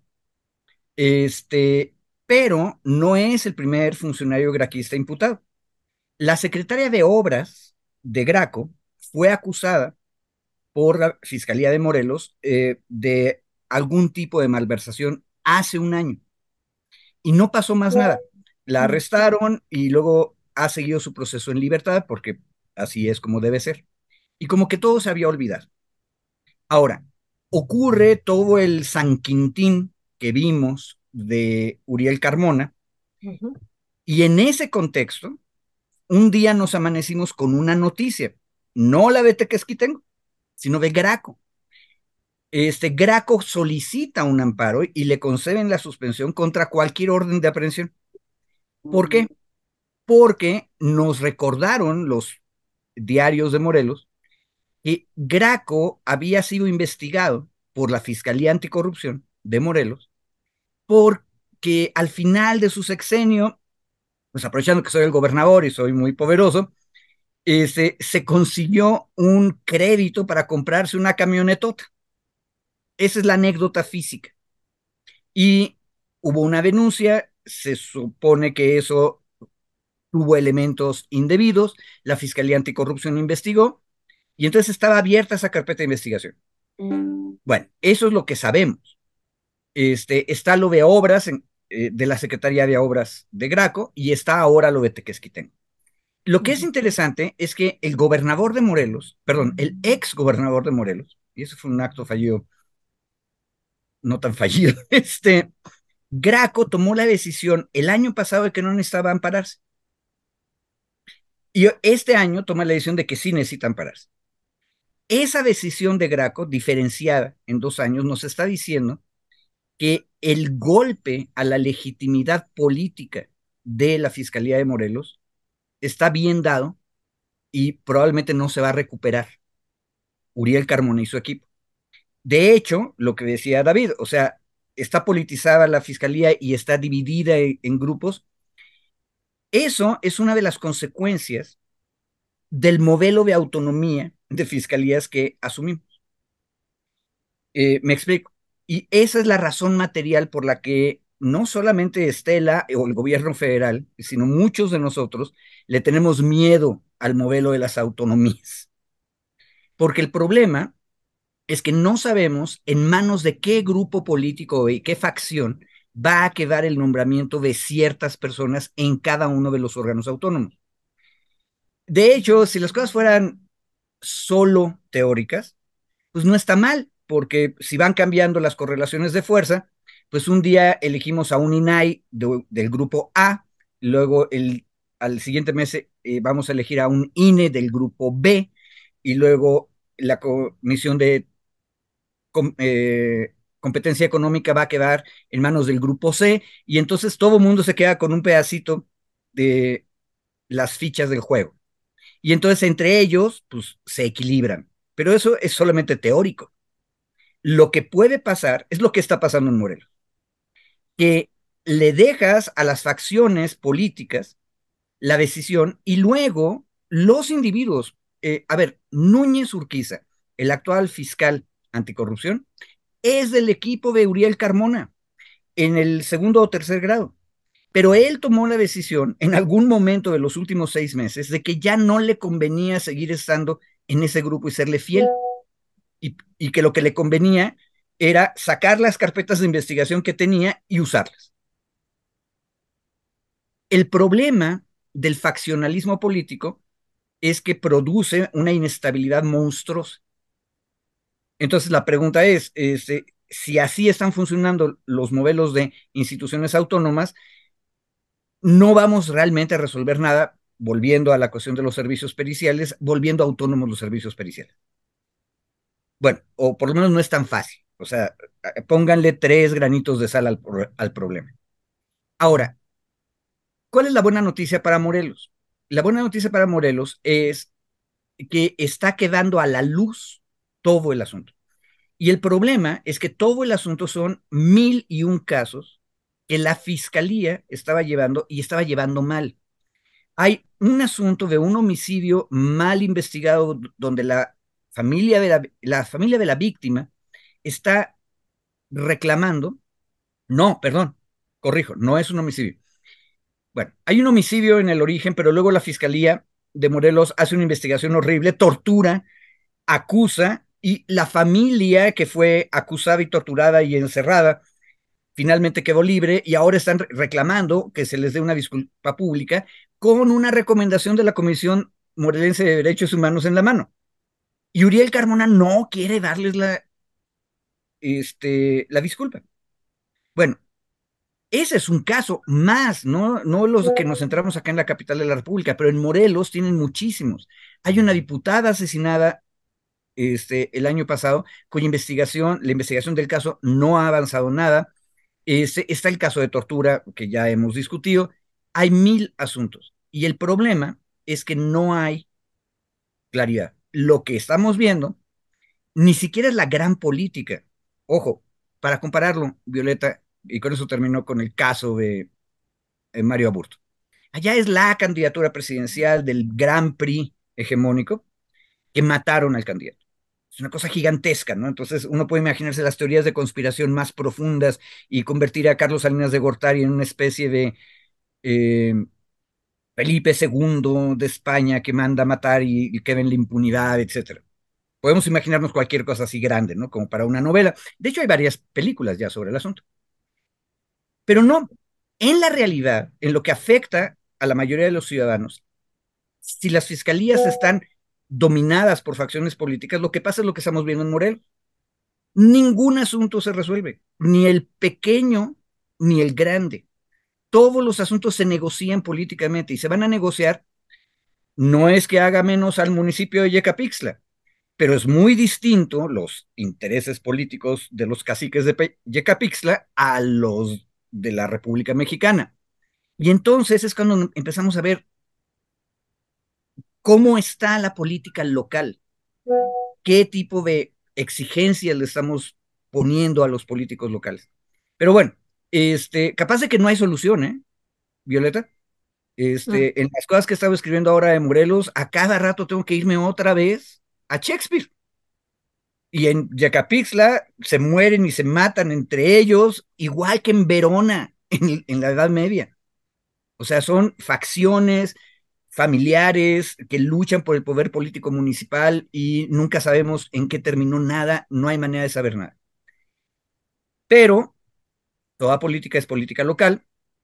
C: Pero no es el primer funcionario graquista imputado. La secretaria de Obras de Graco fue acusada por la Fiscalía de Morelos de algún tipo de malversación hace un año y no pasó más nada. La arrestaron y luego ha seguido su proceso en libertad porque así es como debe ser. Y como que todo se había olvidado. Ahora, ocurre todo el San Quintín que vimos de Uriel Carmona y en ese contexto, un día nos amanecimos con una noticia, no la de Tequesquitengo, sino de Graco. Graco solicita un amparo y le conceden la suspensión contra cualquier orden de aprehensión. ¿Por qué? Porque nos recordaron los diarios de Morelos que Graco había sido investigado por la Fiscalía Anticorrupción de Morelos porque al final de su sexenio, pues aprovechando que soy el gobernador y soy muy poderoso, se consiguió un crédito para comprarse una camionetota. Esa es la anécdota física. Y hubo una denuncia, se supone que eso tuvo elementos indebidos, la Fiscalía Anticorrupción investigó y entonces estaba abierta esa carpeta de investigación. Bueno, eso es lo que sabemos. Está lo de obras de la Secretaría de Obras de Graco y está ahora lo de Tequesquitengo. Lo que es interesante es que el gobernador de Morelos, perdón, el ex gobernador de Morelos, y eso fue un acto fallido, no tan fallido, Graco tomó la decisión el año pasado de que no necesitaba ampararse. Y este año toma la decisión de que sí necesitan ampararse. Esa decisión de Graco, diferenciada en 2 años, nos está diciendo que el golpe a la legitimidad política de la Fiscalía de Morelos está bien dado y probablemente no se va a recuperar Uriel Carmona y su equipo. De hecho, lo que decía David, o sea, está politizada la Fiscalía y está dividida en grupos. Eso es una de las consecuencias del modelo de autonomía de fiscalías que asumimos. Me explico. Y esa es la razón material por la que no solamente Estela o el gobierno federal, sino muchos de nosotros le tenemos miedo al modelo de las autonomías. Porque el problema es que no sabemos en manos de qué grupo político y qué facción va a quedar el nombramiento de ciertas personas en cada uno de los órganos autónomos. De hecho, si las cosas fueran solo teóricas, pues no está mal, porque si van cambiando las correlaciones de fuerza, pues un día elegimos a un INAI del grupo A, luego al siguiente mes vamos a elegir a un INE del grupo B, y luego la Comisión de Competencia Económica va a quedar en manos del grupo C, y entonces todo el mundo se queda con un pedacito de las fichas del juego. Y entonces entre ellos, pues se equilibran. Pero eso es solamente teórico. Lo que puede pasar es lo que está pasando en Morelos, que le dejas a las facciones políticas la decisión y luego los individuos, a ver, Núñez Urquiza, el actual fiscal anticorrupción, es del equipo de Uriel Carmona en el segundo o tercer grado. Pero él tomó la decisión en algún momento de los últimos 6 meses de que ya no le convenía seguir estando en ese grupo y serle fiel. Y que lo que le convenía era sacar las carpetas de investigación que tenía y usarlas. El problema del faccionalismo político es que produce una inestabilidad monstruosa. Entonces la pregunta es, si así están funcionando los modelos de instituciones autónomas, no vamos realmente a resolver nada volviendo a la cuestión de los servicios periciales, volviendo autónomos los servicios periciales. Bueno, o por lo menos no es tan fácil. O sea, pónganle 3 granitos de sal al problema. Ahora, ¿cuál es la buena noticia para Morelos? La buena noticia para Morelos es que está quedando a la luz todo el asunto. Y el problema es que todo el asunto son 1001 casos que la fiscalía estaba llevando y estaba llevando mal. Hay un asunto de un homicidio mal investigado donde la familia de la víctima está reclamando, no, perdón, corrijo, no es un homicidio. Bueno, hay un homicidio en el origen, pero luego la Fiscalía de Morelos hace una investigación horrible, tortura, acusa, y la familia que fue acusada y torturada y encerrada finalmente quedó libre y ahora están reclamando que se les dé una disculpa pública con una recomendación de la Comisión Morelense de Derechos Humanos en la mano. Y Uriel Carmona no quiere darles la disculpa. Bueno, ese es un caso más, no los que nos centramos acá en la capital de la República, pero en Morelos tienen muchísimos. Hay una diputada asesinada el año pasado, cuya la investigación del caso no ha avanzado nada. Está el caso de tortura que ya hemos discutido. Hay 1000 asuntos. Y el problema es que no hay claridad. Lo que estamos viendo ni siquiera es la gran política. Ojo, para compararlo, Violeta, y con eso terminó con el caso de Mario Aburto. Allá es la candidatura presidencial del gran PRI hegemónico que mataron al candidato. Es una cosa gigantesca, ¿no? Entonces uno puede imaginarse las teorías de conspiración más profundas y convertir a Carlos Salinas de Gortari en una especie de eh, Felipe II de España que manda a matar y queda en la impunidad, etcétera. Podemos imaginarnos cualquier cosa así grande, ¿no? Como para una novela. De hecho, hay varias películas ya sobre el asunto. Pero no, en la realidad, en lo que afecta a la mayoría de los ciudadanos, si las fiscalías están dominadas por facciones políticas, lo que pasa es lo que estamos viendo en Morelos. Ningún asunto se resuelve, ni el pequeño ni el grande. Todos los asuntos se negocian políticamente y se van a negociar. No es que haga menos al municipio de Yecapixtla, pero es muy distinto los intereses políticos de los caciques de Yecapixtla a los de la República Mexicana. Y entonces es cuando empezamos a ver cómo está la política local, qué tipo de exigencias le estamos poniendo a los políticos locales. Pero bueno, capaz de que no hay solución, ¿eh, Violeta? En las cosas que estaba escribiendo ahora de Morelos, a cada rato tengo que irme otra vez a Shakespeare. Y en Yacapixtla se mueren y se matan entre ellos, igual que en Verona, en la Edad Media. O sea, son facciones familiares que luchan por el poder político municipal y nunca sabemos en qué terminó nada, no hay manera de saber nada. Pero toda política es política local,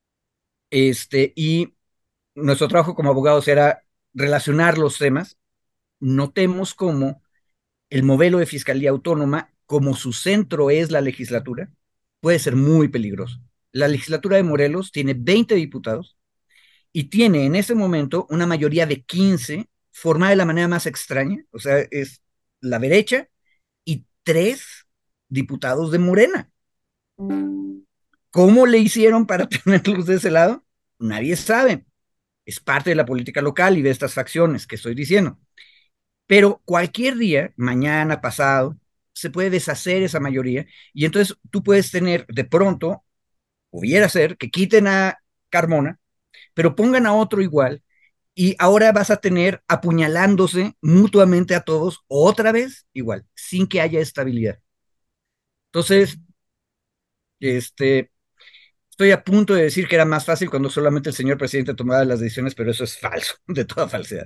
C: y nuestro trabajo como abogados era relacionar los temas. Notemos cómo el modelo de fiscalía autónoma, como su centro es la legislatura, puede ser muy peligroso. La legislatura de Morelos tiene 20 diputados y tiene en ese momento una mayoría de 15 formada de la manera más extraña, o sea, es la derecha y 3 diputados de Morena. ¿Cómo le hicieron para tenerlos de ese lado? Nadie sabe. Es parte de la política local y de estas facciones que estoy diciendo. Pero cualquier día, mañana, pasado, se puede deshacer esa mayoría y entonces tú puedes tener de pronto, pudiera ser, que quiten a Carmona, pero pongan a otro igual y ahora vas a tener apuñalándose mutuamente a todos otra vez igual, sin que haya estabilidad. Entonces, estoy a punto de decir que era más fácil cuando solamente el señor presidente tomaba las decisiones, pero eso es falso, de toda falsedad.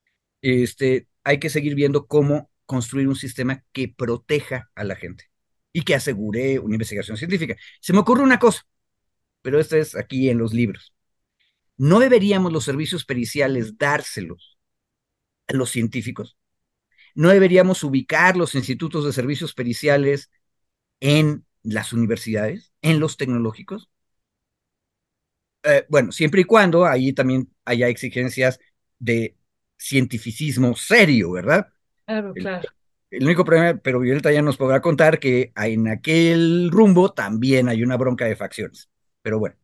C: Hay que seguir viendo cómo construir un sistema que proteja a la gente y que asegure una investigación científica. Se me ocurre una cosa, pero esta es aquí en los libros. ¿No deberíamos los servicios periciales dárselos a los científicos? ¿No deberíamos ubicar los institutos de servicios periciales en las universidades, en los tecnológicos? Bueno, siempre y cuando ahí también haya exigencias de cientificismo serio, ¿verdad?
B: Claro,
C: El,
B: claro.
C: el único problema, pero Violeta ya nos podrá contar que en aquel rumbo también hay una bronca de facciones. Pero bueno.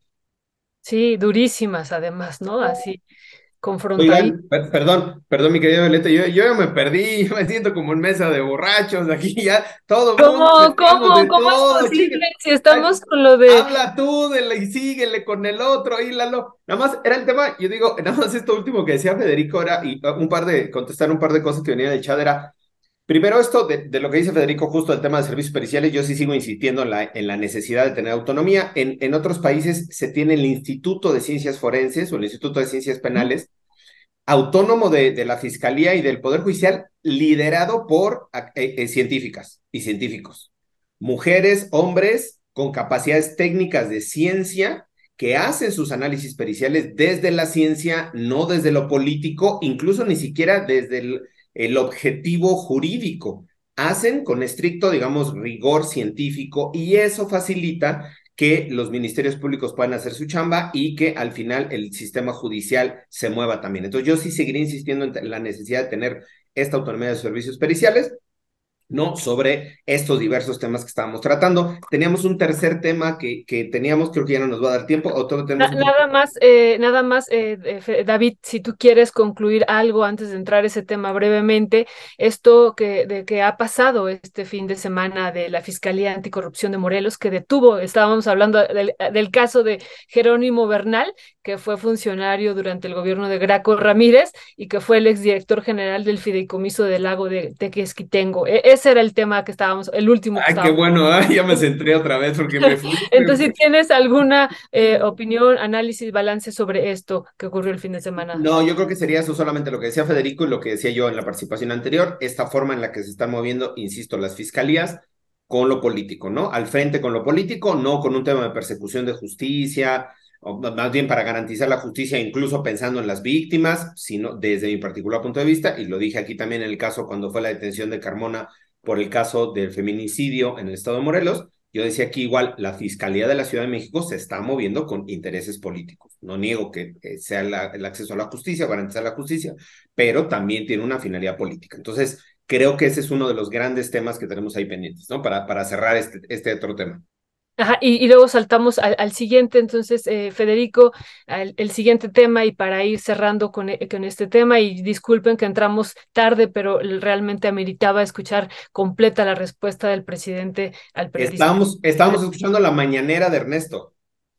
B: Sí, durísimas además, ¿no? Así, confrontadísimas.
D: Oigan, perdón, mi querida Violeta, yo ya me perdí, yo me siento como en mesa de borrachos, aquí ya todo el mundo
B: ¿Cómo,
D: mezclamos de
B: cómo es
D: todo, chica.
B: posible si
D: Ay,
B: estamos con lo de...
D: habla tú y síguele con el otro, hílalo. Nada más era el tema, yo digo, nada más esto último que decía Federico era, y contestar un par de cosas que venía del chat era, primero esto de lo que dice Federico, justo el tema de servicios periciales, yo sí sigo insistiendo en la necesidad de tener autonomía. En otros países se tiene el Instituto de Ciencias Forenses o el Instituto de Ciencias Penales, autónomo de la Fiscalía y del Poder Judicial, liderado por científicas y científicos, mujeres, hombres con capacidades técnicas de ciencia que hacen sus análisis periciales desde la ciencia, no desde lo político, incluso ni siquiera desde el objetivo jurídico. Hacen con estricto, digamos, rigor científico y eso facilita que los ministerios públicos puedan hacer su chamba y que al final el sistema judicial se mueva también. Entonces yo sí seguiré insistiendo en la necesidad de tener esta autonomía de servicios periciales, ¿no? Sobre estos diversos temas que estábamos tratando. Teníamos un tercer tema que teníamos, creo que ya no nos va a dar tiempo, o todo tenemos un poco.
B: Nada más, David, si tú quieres concluir algo antes de entrar a ese tema brevemente, esto de que ha pasado este fin de semana de la Fiscalía Anticorrupción de Morelos, que detuvo, estábamos hablando del caso de Jerónimo Bernal, que fue funcionario durante el gobierno de Graco Ramírez y que fue el exdirector general del Fideicomiso del Lago de Tequesquitengo. Ese era el tema que estábamos, el último que
D: Ay, qué
B: estábamos.
D: bueno, ya me centré otra vez porque me fui.
B: Entonces, si tienes alguna opinión, análisis, balance sobre esto que ocurrió el fin de semana.
D: No, yo creo que sería eso solamente lo que decía Federico y lo que decía yo en la participación anterior, esta forma en la que se están moviendo, insisto, las fiscalías con lo político, ¿no? Al frente con lo político, no con un tema de persecución de justicia, o más bien para garantizar la justicia, incluso pensando en las víctimas, sino desde mi particular punto de vista, y lo dije aquí también en el caso cuando fue la detención de Carmona por el caso del feminicidio en el estado de Morelos. Yo decía que igual la Fiscalía de la Ciudad de México se está moviendo con intereses políticos. No niego que sea el acceso a la justicia, garantizar la justicia, pero también tiene una finalidad política. Entonces, creo que ese es uno de los grandes temas que tenemos ahí pendientes, ¿no? Para cerrar este otro tema.
B: Ajá, y luego saltamos al siguiente, entonces, Federico, el siguiente tema y para ir cerrando con este tema, y disculpen que entramos tarde, pero realmente ameritaba escuchar completa la respuesta del presidente al periodista.
D: Estábamos escuchando la mañanera de Ernesto.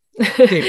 C: Sí.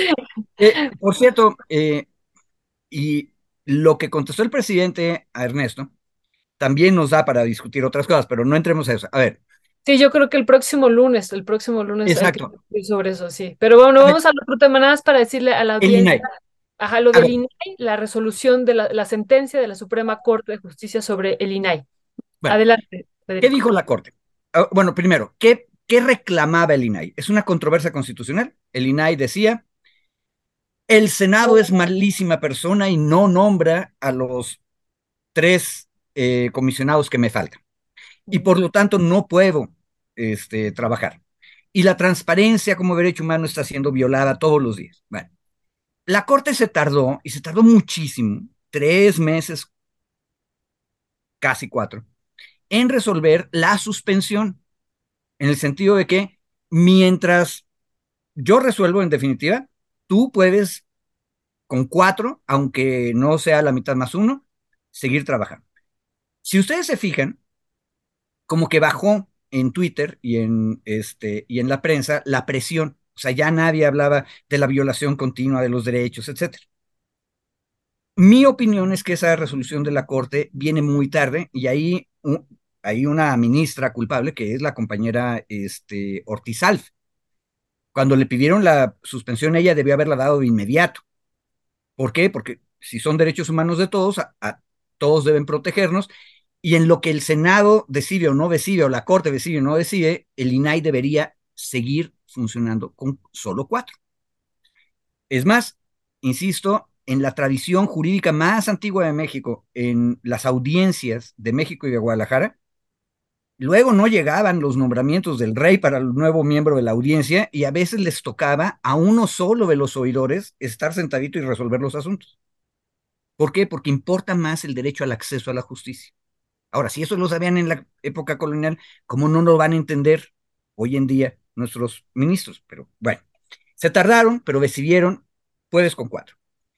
C: Por cierto, y lo que contestó el presidente a Ernesto también nos da para discutir otras cosas, pero no entremos a eso. A ver,
B: Sí, yo creo que el próximo lunes hay que
C: exacto.
B: discutir sobre eso, sí. Pero bueno,
C: A ver,
B: vamos al otro tema nada más para decirle a la
C: el
B: audiencia,
C: INAI.
B: ajá, lo
C: A
B: del
C: ver,
B: INAI, la resolución de la sentencia de la Suprema Corte de Justicia sobre el INAI.
C: bueno,
B: Adelante,
C: ¿qué
B: Federico.
C: dijo la Corte? Bueno, primero, ¿qué reclamaba el INAI? Es una controversia constitucional. El INAI decía, el Senado es malísima persona y no nombra a los tres comisionados que me faltan. Y por lo tanto no puedo trabajar. Y la transparencia como derecho humano está siendo violada todos los días. Bueno, la Corte se tardó, y se tardó muchísimo, 3 meses, casi 4, en resolver la suspensión, en el sentido de que mientras yo resuelvo, en definitiva, tú puedes con 4, aunque no sea la mitad más 1, seguir trabajando. Si ustedes se fijan, como que bajó en Twitter y en la prensa la presión. O sea, ya nadie hablaba de la violación continua de los derechos, etcétera. Mi opinión es que esa resolución de la Corte viene muy tarde y ahí hay una ministra culpable que es la compañera Ortiz Alf. Cuando le pidieron la suspensión, ella debió haberla dado de inmediato. ¿Por qué? Porque si son derechos humanos de todos, a todos deben protegernos, y en lo que el Senado decide o no decide, o la Corte decide o no decide, el INAI debería seguir funcionando con solo 4. Es más, insisto, en la tradición jurídica más antigua de México, en las audiencias de México y de Guadalajara, luego no llegaban los nombramientos del rey para el nuevo miembro de la audiencia y a veces les tocaba a uno solo de los oidores estar sentadito y resolver los asuntos. ¿Por qué? Porque importa más el derecho al acceso a la justicia. Ahora, si eso lo sabían en la época colonial, ¿cómo no lo van a entender hoy en día nuestros ministros? Pero bueno, se tardaron, pero decidieron, puedes con 4.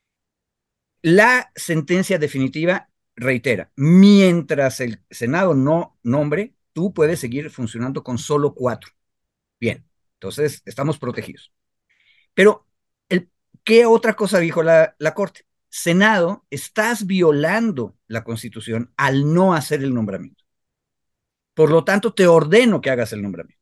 C: La sentencia definitiva reitera, mientras el Senado no nombre, tú puedes seguir funcionando con solo 4. Bien, entonces estamos protegidos. Pero, el, ¿qué otra cosa dijo la Corte? Senado, estás violando la Constitución al no hacer el nombramiento. Por lo tanto, te ordeno que hagas el nombramiento.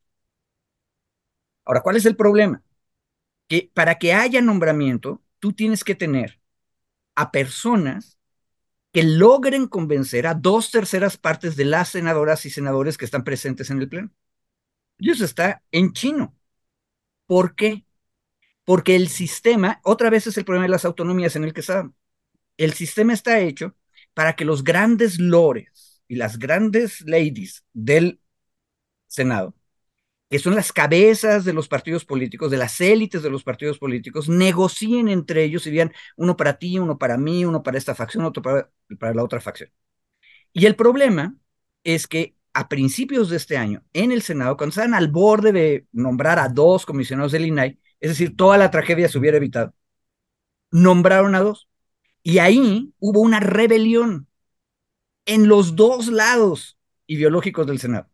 C: Ahora, ¿cuál es el problema? Que para que haya nombramiento, tú tienes que tener a personas que logren convencer a 2/3 de las senadoras y senadores que están presentes en el pleno. Y eso está en chino. ¿Por qué? Porque el sistema, otra vez es el problema de las autonomías en el que estamos. El sistema está hecho para que los grandes lores y las grandes ladies del Senado, que son las cabezas de los partidos políticos, de las élites de los partidos políticos, negocien entre ellos y digan uno para ti, uno para mí, uno para esta facción, otro para la otra facción. Y el problema es que a principios de este año, en el Senado, cuando estaban al borde de nombrar a 2 comisionados del INAI, es decir, toda la tragedia se hubiera evitado, nombraron a 2. Y ahí hubo una rebelión en los 2 lados ideológicos del Senado.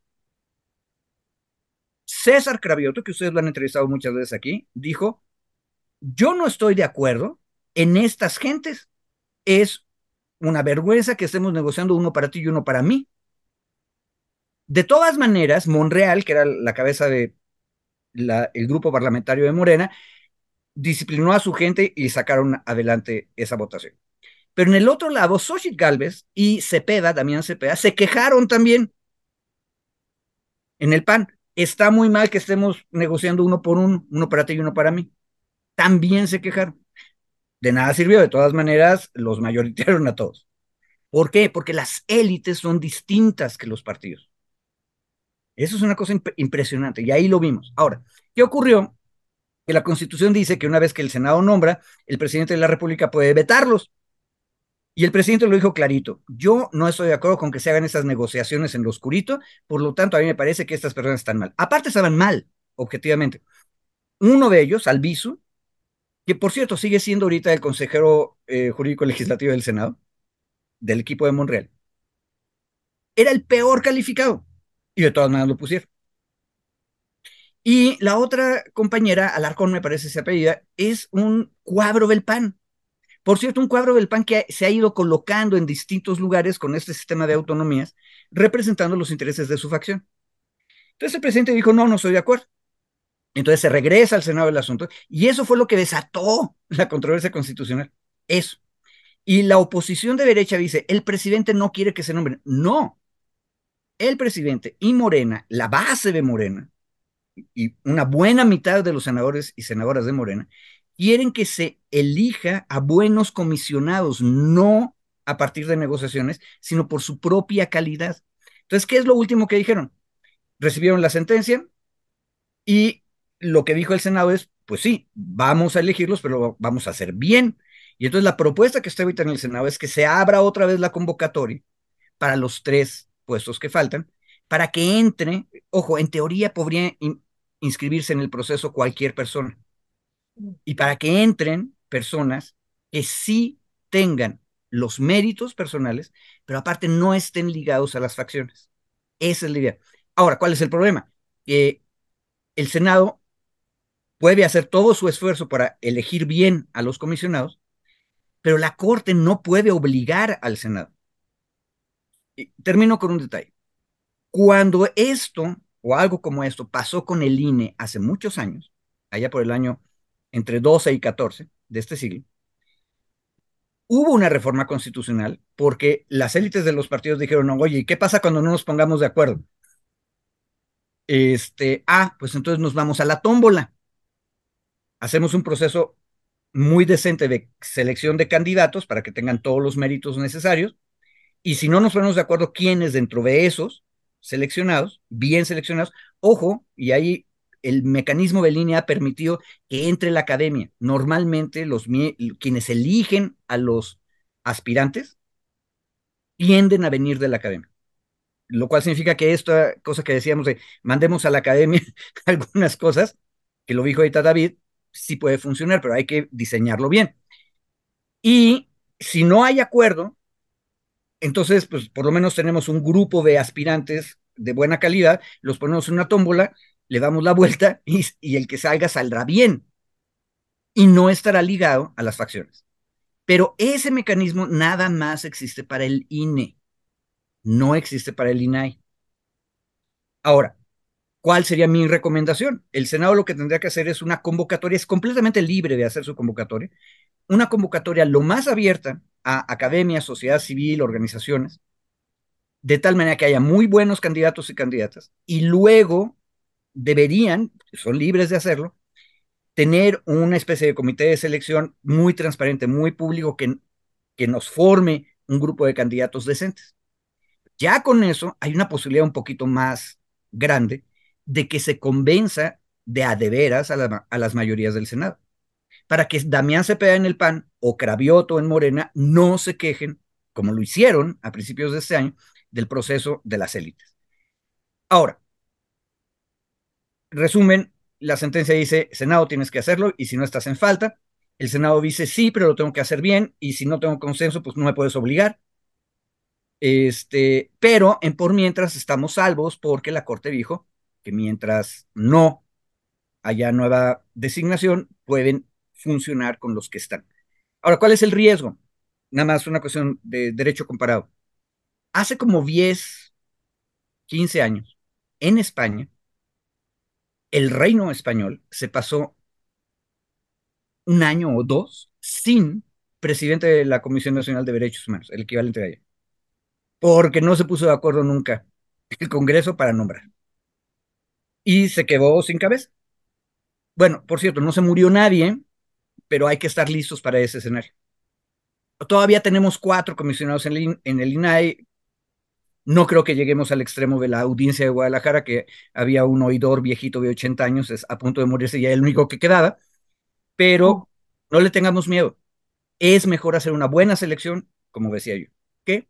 C: César Cravioto, que ustedes lo han entrevistado muchas veces aquí, dijo, yo no estoy de acuerdo en estas gentes, es una vergüenza que estemos negociando uno para ti y uno para mí. De todas maneras, Monreal, que era la cabeza del grupo parlamentario de Morena, disciplinó a su gente y sacaron adelante esa votación. Pero en el otro lado, Xochitl Gálvez y Cepeda, Damián Cepeda, se quejaron también en el PAN. Está muy mal que estemos negociando uno por uno para ti y uno para mí. También se quejaron. De nada sirvió, de todas maneras, los mayoritaron a todos. ¿Por qué? Porque las élites son distintas que los partidos. Eso es una cosa impresionante y ahí lo vimos. Ahora, ¿qué ocurrió? Que la Constitución dice que una vez que el Senado nombra, el presidente de la República puede vetarlos. Y el presidente lo dijo clarito, yo no estoy de acuerdo con que se hagan esas negociaciones en lo oscurito, por lo tanto a mí me parece que estas personas están mal. Aparte estaban mal, objetivamente. Uno de ellos, Albizu, que por cierto sigue siendo ahorita el consejero jurídico legislativo del Senado, del equipo de Monreal, era el peor calificado y de todas maneras lo pusieron. Y la otra compañera, Alarcón me parece ese apellida, es un cuadro del PAN. Por cierto, un cuadro del PAN que se ha ido colocando en distintos lugares con este sistema de autonomías, representando los intereses de su facción. Entonces el presidente dijo, no, no estoy de acuerdo. Entonces se regresa al Senado el asunto, y eso fue lo que desató la controversia constitucional. Eso. Y la oposición de derecha dice, el presidente no quiere que se nombre. No, el presidente y Morena, la base de Morena, y una buena mitad de los senadores y senadoras de Morena, quieren que se elija a buenos comisionados, no a partir de negociaciones, sino por su propia calidad. Entonces, ¿qué es lo último que dijeron? Recibieron la sentencia y lo que dijo el Senado es, pues sí, vamos a elegirlos, pero lo vamos a hacer bien. Y entonces la propuesta que está ahorita en el Senado es que se abra otra vez la convocatoria para los 3 puestos que faltan, para que entre, ojo, en teoría podría inscribirse en el proceso cualquier persona, y para que entren personas que sí tengan los méritos personales, pero aparte no estén ligados a las facciones. Esa es la idea. Ahora, ¿cuál es el problema? Que el Senado puede hacer todo su esfuerzo para elegir bien a los comisionados, pero la Corte no puede obligar al Senado. Y termino con un detalle. Cuando esto o algo como esto pasó con el INE hace muchos años, allá por el año entre 12 y 14 de este siglo, hubo una reforma constitucional porque las élites de los partidos dijeron, no, oye, ¿y qué pasa cuando no nos pongamos de acuerdo? Pues entonces nos vamos a la tómbola. Hacemos un proceso muy decente de selección de candidatos para que tengan todos los méritos necesarios. Y si no nos ponemos de acuerdo quiénes dentro de esos seleccionados, bien seleccionados, ojo, y ahí el mecanismo de línea ha permitido que entre la academia. Normalmente quienes eligen a los aspirantes tienden a venir de la academia, lo cual significa que esta cosa que decíamos de mandemos a la academia algunas cosas, que lo dijo ahorita David, sí puede funcionar, pero hay que diseñarlo bien. Y si no hay acuerdo, entonces, pues por lo menos tenemos un grupo de aspirantes de buena calidad, los ponemos en una tómbola, le damos la vuelta y el que salga saldrá bien y no estará ligado a las facciones. Pero ese mecanismo nada más existe para el INE, no existe para el INAI. Ahora, ¿cuál sería mi recomendación? El Senado lo que tendría que hacer es una convocatoria, es completamente libre de hacer su convocatoria, una convocatoria lo más abierta a academia, sociedad civil, organizaciones, de tal manera que haya muy buenos candidatos y candidatas, y luego deberían, son libres de hacerlo, tener una especie de comité de selección muy transparente, muy público, que nos forme un grupo de candidatos decentes. Ya con eso hay una posibilidad un poquito más grande de que se convenza de veras a las mayorías del Senado, para que Damián Cepeda en el PAN o Cravioto en Morena no se quejen, como lo hicieron a principios de este año, del proceso de las élites. Ahora, resumen, la sentencia dice, Senado tienes que hacerlo y si no estás en falta, el Senado dice sí, pero lo tengo que hacer bien y si no tengo consenso, pues no me puedes obligar. Pero por mientras estamos salvos porque la Corte dijo que mientras no haya nueva designación, pueden funcionar con los que están. Ahora, ¿cuál es el riesgo? Nada más una cuestión de derecho comparado. Hace como 10, 15 años, en España, el reino español se pasó un año o dos sin presidente de la Comisión Nacional de Derechos Humanos, el equivalente de allá, porque no se puso de acuerdo nunca el Congreso para nombrar. Y se quedó sin cabeza. Bueno, por cierto, no se murió nadie, pero hay que estar listos para ese escenario. Todavía tenemos 4 comisionados en el INAI. No creo que lleguemos al extremo de la audiencia de Guadalajara, que había un oidor viejito de 80 años, es a punto de morirse y ya el único que quedaba, pero no le tengamos miedo. Es mejor hacer una buena selección, como decía yo. ¿Qué?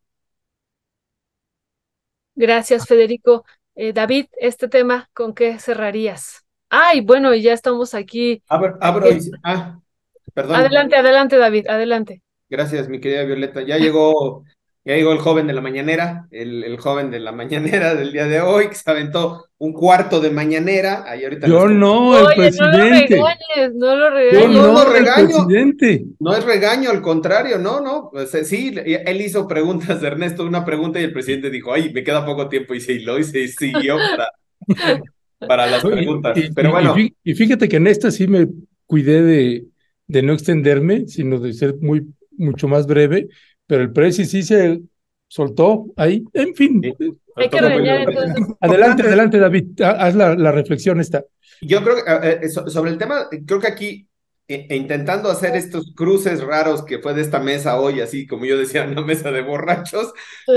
B: Gracias, Federico. David, este tema, ¿con qué cerrarías? Ay, bueno, ya estamos aquí.
D: Abro y... perdón.
B: Adelante, adelante, David, adelante.
D: Gracias, mi querida Violeta. Ya llegó Ya llegó el joven de la mañanera, el joven de la mañanera del día de hoy, que se aventó un cuarto de mañanera. Ahí ahorita nos
E: Yo no, el
B: Oye, no lo
E: presidente.
B: regañes, no lo
E: Yo
D: No,
B: regañes.
D: no
E: no, el
D: regaño.
E: presidente.
D: No es regaño, al contrario, no. Pues, sí, él hizo preguntas de Ernesto, una pregunta y el presidente dijo, ay, me queda poco tiempo y se hiló y se siguió para las
E: No,
D: preguntas. Pero bueno,
E: y fíjate que en esta sí me cuidé de no extenderme, sino de ser mucho más breve, pero el presi sí se soltó ahí. En fin,
D: sí,
B: Hay que
D: todo muy
B: regañar
D: bien.
B: entonces.
E: adelante, adelante, David, haz la reflexión esta.
D: Yo creo que sobre el tema, creo que aquí, intentando hacer estos cruces raros que fue de esta mesa hoy, así como yo decía, una mesa de borrachos,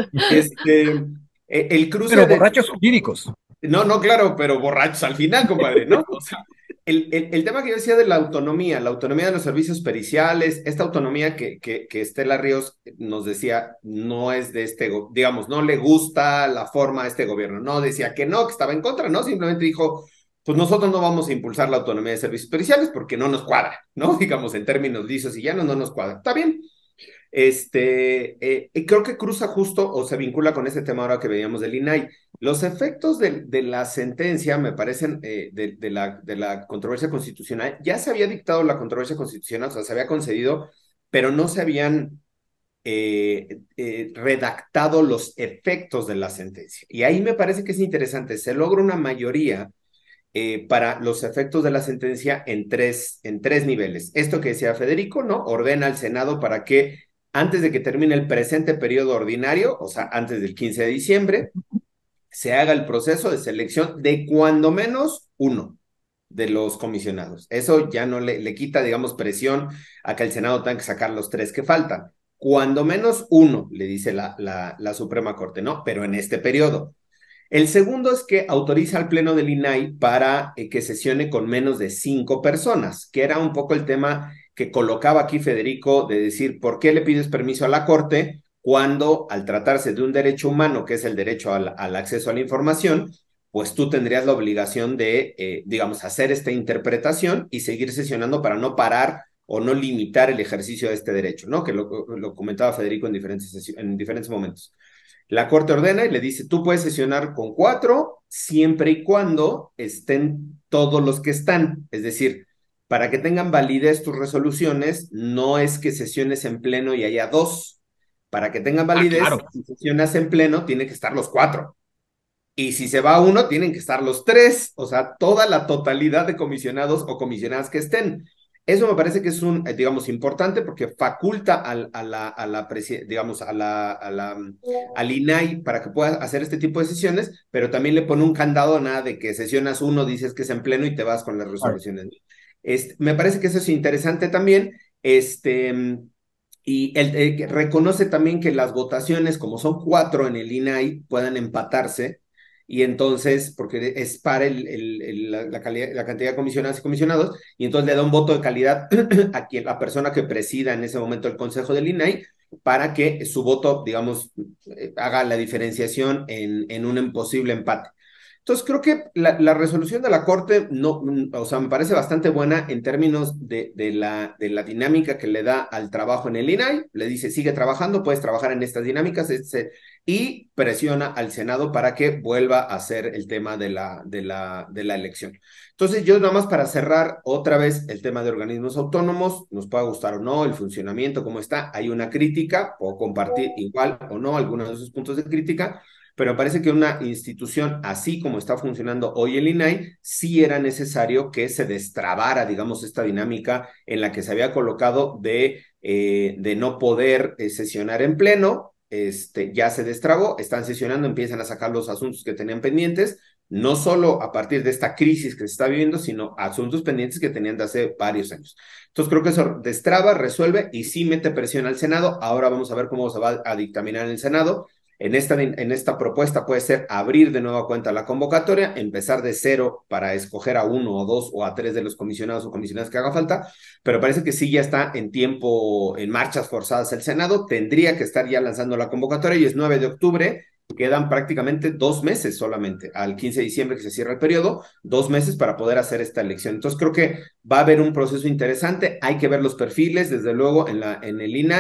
D: el cruce
C: Pero
D: de...
C: borrachos jurídicos.
D: No, claro, pero borrachos al final, compadre, ¿no? O sea, el tema que yo decía de la autonomía de los servicios periciales, esta autonomía que Estela Ríos nos decía, no es de digamos, no le gusta la forma de este gobierno, no, decía que no, que estaba en contra, no, simplemente dijo, pues nosotros no vamos a impulsar la autonomía de servicios periciales porque no nos cuadra, ¿no? Digamos, en términos lisos y llanos, no nos cuadra. Está bien. Creo que cruza justo o se vincula con ese tema ahora que veíamos del INAI. Los efectos de la sentencia, me parecen, de la controversia constitucional, ya se había dictado la controversia constitucional, o sea, se había concedido, pero no se habían redactado los efectos de la sentencia. Y ahí me parece que es interesante, se logra una mayoría para los efectos de la sentencia en tres niveles. Esto que decía Federico, ¿no? Ordena al Senado para que antes de que termine el presente periodo ordinario, o sea, antes del 15 de diciembre, se haga el proceso de selección de cuando menos uno de los comisionados. Eso ya no le quita, digamos, presión a que el Senado tenga que sacar los tres que faltan. Cuando menos uno, le dice la Suprema Corte, ¿no? Pero en este periodo. El segundo es que autoriza al Pleno del INAI para que sesione con menos de 5 personas, que era un poco el tema que colocaba aquí Federico de decir, ¿por qué le pides permiso a la Corte cuando al tratarse de un derecho humano, que es el derecho al acceso a la información, pues tú tendrías la obligación de, digamos, hacer esta interpretación y seguir sesionando para no parar o no limitar el ejercicio de este derecho, ¿no? Que lo comentaba Federico en diferentes momentos. La Corte ordena y le dice, tú puedes sesionar con 4 siempre y cuando estén todos los que están. Es decir, para que tengan validez tus resoluciones, no es que sesiones en pleno y haya 2. Para que tengan validez,
C: claro.
D: si sesionas en pleno, tienen que estar los 4. Y si se va uno, tienen que estar los 3. O sea, toda la totalidad de comisionados o comisionadas que estén. Eso me parece que es digamos, importante porque faculta al INAI para que pueda hacer este tipo de sesiones, pero también le pone un candado a nada de que sesionas uno, dices que es en pleno y te vas con las resoluciones. Me parece que eso es interesante también. Y reconoce también que las votaciones, como son 4 en el INAI, puedan empatarse. Y entonces, porque es para la cantidad de comisionadas y comisionados, y entonces le da un voto de calidad a la persona que presida en ese momento el Consejo del INAI, para que su voto, digamos, haga la diferenciación en un posible empate. Entonces, creo que la resolución de la Corte, o sea, me parece bastante buena en términos de la dinámica que le da al trabajo en el INAI. Le dice, sigue trabajando, puedes trabajar en estas dinámicas, y presiona al Senado para que vuelva a hacer el tema de la elección. Entonces, yo nada más para cerrar otra vez el tema de organismos autónomos, nos pueda gustar o no el funcionamiento, cómo está, hay una crítica, puedo compartir igual o no algunos de esos puntos de crítica, pero parece que una institución así como está funcionando hoy el INAI, sí era necesario que se destrabara, digamos, esta dinámica en la que se había colocado de no poder sesionar en pleno. Ya se destrabó, están sesionando, empiezan a sacar los asuntos que tenían pendientes, no solo a partir de esta crisis que se está viviendo, sino asuntos pendientes que tenían de hace varios años. Entonces creo que eso destraba, resuelve y sí mete presión al Senado. Ahora vamos a ver cómo se va a dictaminar en el Senado. En esta propuesta puede ser abrir de nueva cuenta la convocatoria, empezar de 0 para escoger a 1 o 2 o a 3 de los comisionados o comisionadas que haga falta, pero parece que sí ya está en tiempo, en marchas forzadas el Senado, tendría que estar ya lanzando la convocatoria y es 9 de octubre, quedan prácticamente 2 meses solamente, al 15 de diciembre que se cierra el periodo, 2 meses para poder hacer esta elección. Entonces creo que va a haber un proceso interesante, hay que ver los perfiles, desde luego en el INAI,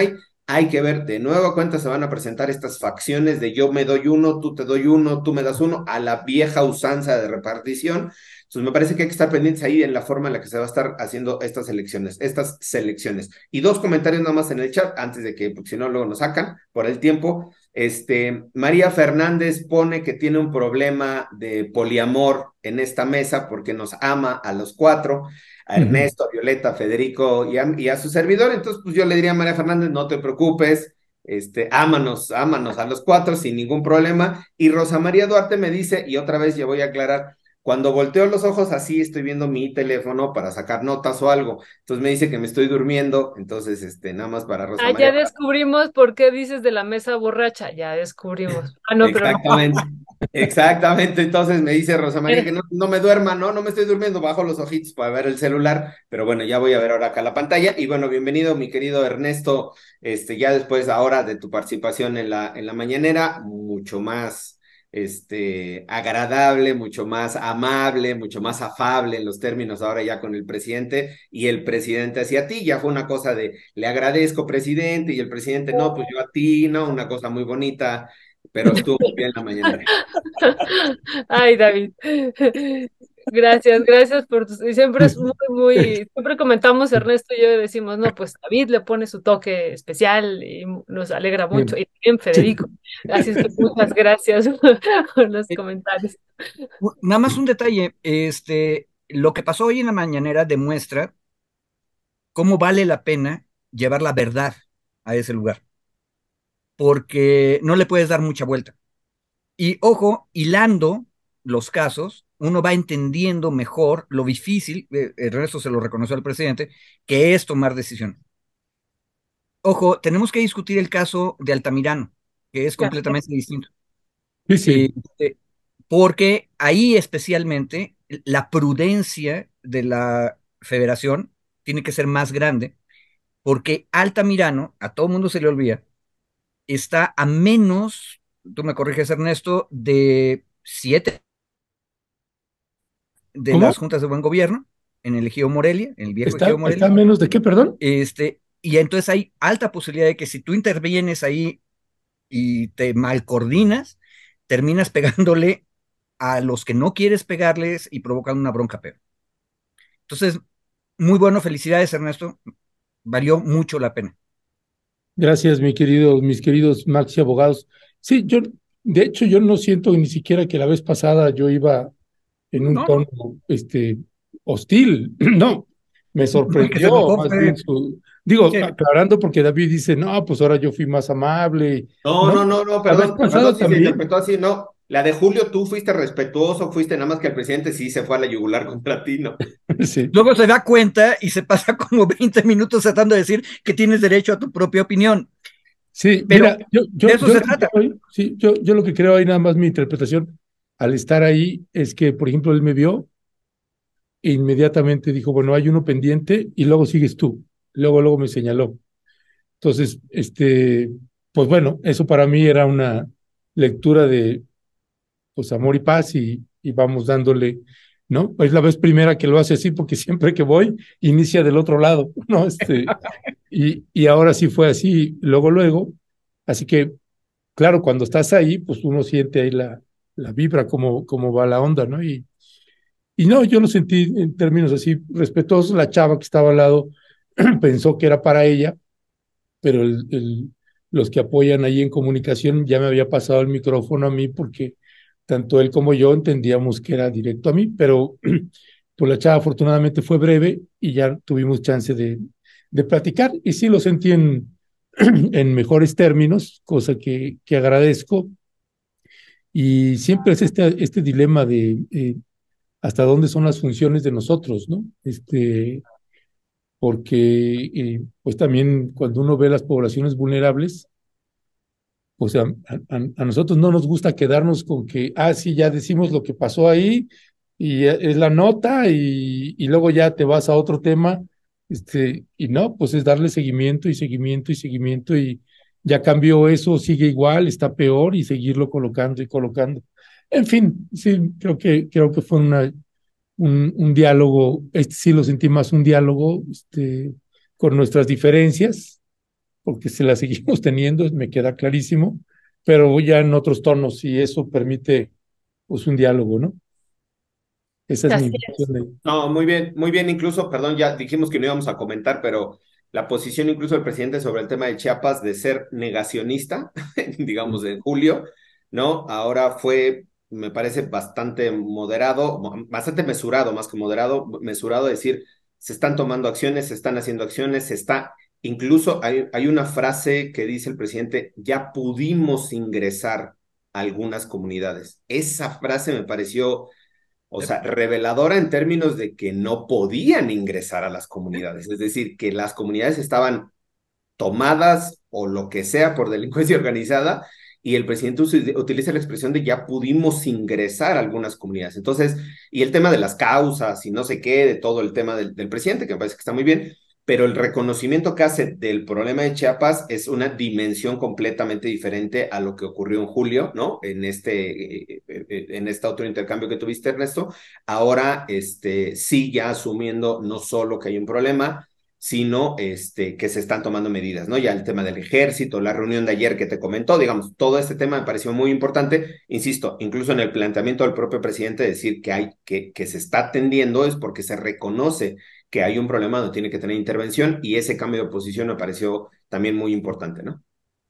D: hay que ver, de nueva cuenta se van a presentar estas facciones de yo me doy uno, tú te doy uno, tú me das uno, a la vieja usanza de repartición. Entonces me parece que hay que estar pendientes ahí en la forma en la que se va a estar haciendo estas selecciones. Y dos comentarios nada más en el chat, antes de que, porque si no luego nos sacan por el tiempo. María Fernández pone que tiene un problema de poliamor en esta mesa porque nos ama a los cuatro, a Ernesto, a Violeta, a Federico y a su servidor. Entonces, pues yo le diría a María Fernández, no te preocupes, ámanos a los cuatro sin ningún problema. Y Rosa María Duarte me dice, y otra vez ya voy a aclarar, cuando volteo los ojos así, estoy viendo mi teléfono para sacar notas o algo. Entonces me dice que me estoy durmiendo. Entonces, nada más para Rosa
B: Ah, ya
D: María.
B: descubrimos por qué dices de la mesa borracha, ya descubrimos. Ah, no, pero no.
D: Exactamente, exactamente. Entonces me dice Rosa María que no me duerma, no me estoy durmiendo, bajo los ojitos para ver el celular, pero bueno, ya voy a ver ahora acá la pantalla. Y bueno, bienvenido mi querido Ernesto, ya después ahora de tu participación en la mañanera, mucho más agradable, mucho más amable, mucho más afable en los términos ahora ya con el presidente y el presidente hacia ti. Ya fue una cosa de le agradezco, presidente, y el presidente no, pues yo a ti, no, una cosa muy bonita, pero estuvo muy bien la mañanera.
B: Ay, David. Gracias por tus... Y siempre es siempre comentamos, Ernesto y yo decimos, no, pues David le pone su toque especial y nos alegra mucho, y también
E: Sí.
B: Federico. Así es que muchas gracias por los
C: Eh,
B: comentarios.
C: Nada más un detalle, lo que pasó hoy en la mañanera demuestra cómo vale la pena llevar la verdad a ese lugar, porque no le puedes dar mucha vuelta. Y ojo, hilando los casos, uno va entendiendo mejor lo difícil, el resto se lo reconoció al presidente, que es tomar decisión. Ojo, tenemos que discutir el caso de Altamirano, que es completamente distinto.
E: Sí, sí.
C: Este, Porque ahí especialmente la prudencia de la federación tiene que ser más grande, porque Altamirano, a todo mundo se le olvida, está a menos, tú me corriges Ernesto, de 7 de
E: ¿Cómo?
C: las juntas de buen gobierno en el ejido Morelia, en el viejo ejido
E: ¿Está
C: Morelia.
E: menos de qué, perdón?
C: Y entonces hay alta posibilidad de que si tú intervienes ahí y te mal coordinas, terminas pegándole a los que no quieres pegarles y provocan una bronca peor. Entonces, muy bueno, felicidades Ernesto, valió mucho la pena.
E: Gracias, mis queridos Maxi abogados. Sí, de hecho, yo no siento ni siquiera que la vez pasada yo iba en un
C: No,
E: tono,
C: no,
E: hostil. No, me
C: no, el que se
E: sorprendió
C: enojó
E: más
C: fue,
E: bien digo,
C: sí,
E: aclarando porque David dice, no, pues ahora yo fui más amable.
D: No,
E: No,
D: no, no, no,
E: la vez
D: perdón
E: pasada
D: si se
E: también.
D: interpretó así, no. La de Julio, tú fuiste respetuoso, fuiste nada más que el presidente sí se fue a la yugular contra ti, ¿no?
E: Sí.
C: luego se da cuenta y se pasa como 20 minutos tratando de decir que tienes derecho a tu propia opinión,
E: Sí,
C: pero
E: mira,
C: de eso
E: yo
C: se
E: lo que
C: trata.
E: creo ahí, sí, yo lo que creo ahí, nada más mi interpretación al estar ahí es que, por ejemplo, él me vio e inmediatamente dijo, bueno, hay uno pendiente y luego sigues tú. Luego me señaló. Entonces, pues bueno, eso para mí era una lectura de, pues, amor y paz y vamos dándole, ¿no? Es la vez primera que lo hace así porque siempre que voy inicia del otro lado, ¿no? Y ahora sí fue así, luego. Así que claro, cuando estás ahí, pues uno siente ahí la vibra, cómo va la onda, ¿no? Y no, yo lo sentí en términos así respetuosos. La chava que estaba al lado pensó que era para ella, pero los que apoyan ahí en comunicación ya me había pasado el micrófono a mí porque tanto él como yo entendíamos que era directo a mí, pero pues la chava afortunadamente fue breve y ya tuvimos chance de platicar. Y sí lo sentí en mejores términos, cosa que agradezco. Y siempre es este dilema de hasta dónde son las funciones de nosotros, ¿no? Porque pues también cuando uno ve las poblaciones vulnerables, pues a nosotros no nos gusta quedarnos con que, sí, ya decimos lo que pasó ahí y es la nota y luego ya te vas a otro tema, y no, pues es darle seguimiento y seguimiento y seguimiento y ya cambió eso, sigue igual, está peor y seguirlo colocando y colocando. En fin, sí, creo que fue un diálogo, sí lo sentí más un diálogo, con nuestras diferencias, porque se la seguimos teniendo, me queda clarísimo, pero ya en otros tonos, y eso permite pues un diálogo, ¿no? Esa es mi
B: Así es.
E: visión de...
D: No, muy bien, incluso, perdón, ya dijimos que no íbamos a comentar, pero la posición incluso del presidente sobre el tema de Chiapas de ser negacionista, digamos, en julio, ¿no? Ahora fue, me parece, bastante moderado, bastante mesurado, más que moderado, mesurado, decir, se están tomando acciones, se están haciendo acciones, se está, incluso hay una frase que dice el presidente, ya pudimos ingresar a algunas comunidades. Esa frase me pareció, o sea, reveladora en términos de que no podían ingresar a las comunidades, es decir, que las comunidades estaban tomadas o lo que sea por delincuencia organizada, y el presidente utiliza la expresión de ya pudimos ingresar a algunas comunidades. Entonces, y el tema de las causas y no sé qué, de todo el tema del presidente, que me parece que está muy bien, pero el reconocimiento que hace del problema de Chiapas es una dimensión completamente diferente a lo que ocurrió en julio, ¿no? En este otro intercambio que tuviste, Ernesto. Ahora, sí, ya asumiendo no solo que hay un problema, sino que se están tomando medidas, ¿no? Ya el tema del ejército, la reunión de ayer que te comentó, digamos, todo este tema me pareció muy importante, insisto, incluso en el planteamiento del propio presidente decir que se está atendiendo es porque se reconoce que hay un problema donde tiene que tener intervención, y ese cambio de posición me pareció también muy importante, ¿no?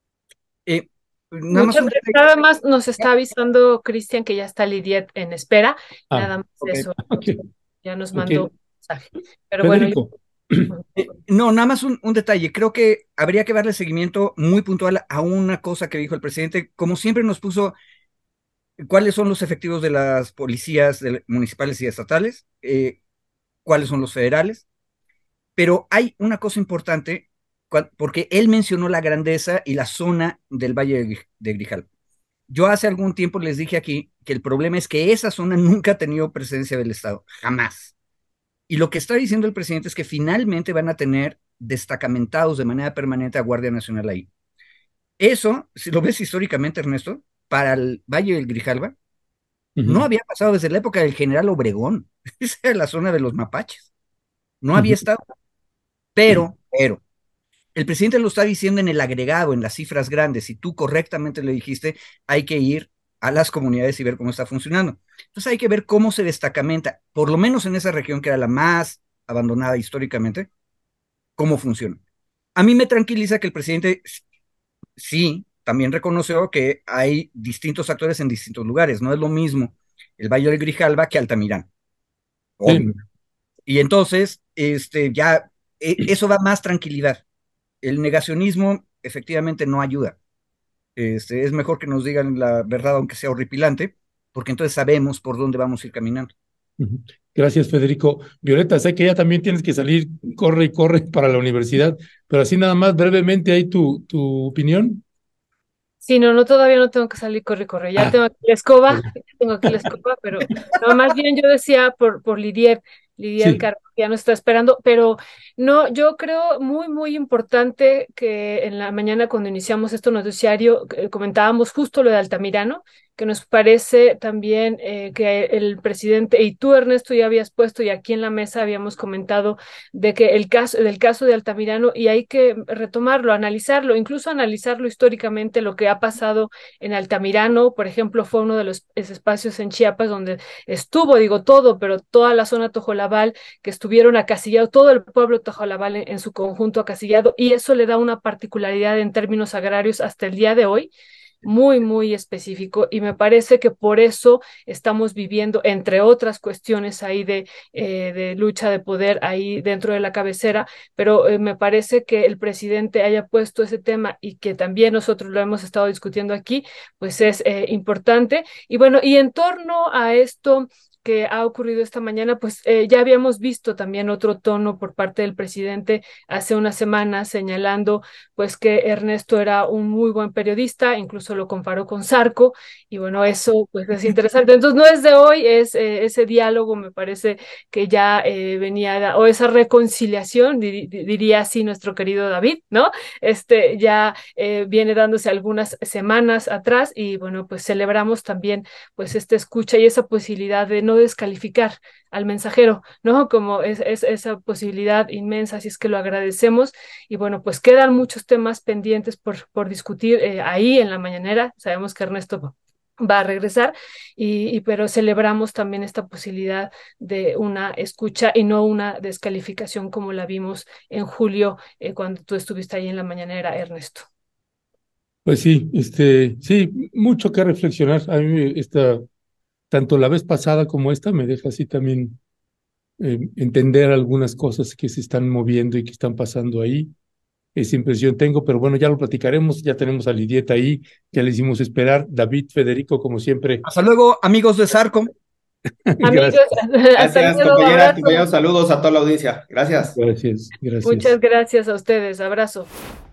C: Nada más un detalle.
B: Nada más nos está avisando Cristian que ya está Lidiet en espera.
E: Ah,
B: Nada más
C: Ok,
B: eso.
E: ok,
B: Ya nos
E: ok.
B: mandó un mensaje. Pero bueno,
E: Federico,
C: No, nada más un detalle. Creo que habría que darle seguimiento muy puntual a una cosa que dijo el presidente. Como siempre nos puso cuáles son los efectivos de las policías municipales y estatales, cuáles son los federales. Pero hay una cosa importante, porque él mencionó la grandeza y la zona del Valle de Grijalva. Yo hace algún tiempo les dije aquí que el problema es que esa zona nunca ha tenido presencia del Estado, jamás. Y lo que está diciendo el presidente es que finalmente van a tener destacamentados de manera permanente a Guardia Nacional ahí. Eso, si lo ves históricamente, Ernesto, para el Valle del Grijalva, no había pasado desde la época del general Obregón. Esa era la zona de los mapaches. No había estado. Pero, el presidente lo está diciendo en el agregado, en las cifras grandes, y tú correctamente le dijiste, hay que ir a las comunidades y ver cómo está funcionando. Entonces hay que ver cómo se destacamenta, por lo menos en esa región que era la más abandonada históricamente, cómo funciona. A mí me tranquiliza que el presidente sí también reconoció que hay distintos actores en distintos lugares. No es lo mismo el Valle del Grijalva que Altamirano, obvio. Y entonces, ya, eso da más tranquilidad. El negacionismo efectivamente no ayuda. Es mejor que nos digan la verdad, aunque sea horripilante, porque entonces sabemos por dónde vamos a ir caminando.
E: Gracias, Federico. Violeta, sé que ya también tienes que salir, corre y corre para la universidad, pero así nada más brevemente ahí tu opinión.
B: sí, no, todavía no tengo que salir, corre, corre. Ya
E: Ah,
B: tengo aquí la escoba,
E: perdón.
B: ya tengo aquí la escoba, pero no, más bien yo decía por Lidier
E: Sí.
B: Caro, que ya no está esperando, pero no, yo creo muy importante que en la mañana cuando iniciamos este noticiario comentábamos justo lo de Altamirano, que nos parece también que el presidente, y tú Ernesto ya habías puesto y aquí en la mesa habíamos comentado de que del caso de Altamirano, y hay que retomarlo, analizarlo, incluso analizarlo históricamente, lo que ha pasado en Altamirano, por ejemplo, fue uno de los espacios en Chiapas donde estuvo, digo todo, pero toda la zona Tojolabal, que estuvieron acasillados, todo el pueblo Tojolabal en su conjunto acasillado, y eso le da una particularidad en términos agrarios hasta el día de hoy muy específico, y me parece que por eso estamos viviendo, entre otras cuestiones ahí de lucha de poder ahí dentro de la cabecera, pero me parece que el presidente haya puesto ese tema y que también nosotros lo hemos estado discutiendo aquí, pues es importante. Y bueno, y en torno a esto que ha ocurrido esta mañana, pues ya habíamos visto también otro tono por parte del presidente hace unas semanas señalando pues que Ernesto era un muy buen periodista, incluso lo comparó con Sarco, y bueno, eso pues es interesante. Entonces no es de hoy, es ese diálogo me parece que ya venía, o esa reconciliación, diría así nuestro querido David, ¿no? Ya viene dándose algunas semanas atrás, y bueno, pues celebramos también pues esta escucha y esa posibilidad de no no descalificar al mensajero, ¿no? Como es esa posibilidad inmensa, así es que lo agradecemos. Y bueno, pues quedan muchos temas pendientes por discutir ahí en la mañanera. Sabemos que Ernesto va a regresar, pero celebramos también esta posibilidad de una escucha y no una descalificación como la vimos en julio cuando tú estuviste ahí en la mañanera, Ernesto.
E: Pues sí, sí, mucho que reflexionar. A mí tanto la vez pasada como esta me deja así también entender algunas cosas que se están moviendo y que están pasando ahí. Esa impresión tengo, pero bueno, ya lo platicaremos. Ya tenemos a Lidieta ahí, ya le hicimos esperar. David, Federico, como siempre.
C: Hasta luego, amigos de Sarcom.
B: Amigos,
E: Gracias,
B: hasta
D: Gracias,
B: luego,
D: compañera,
B: abrazo.
D: compañeros, saludos a toda la audiencia. Gracias.
E: gracias,
B: Muchas
E: gracias.
B: gracias a ustedes, abrazo.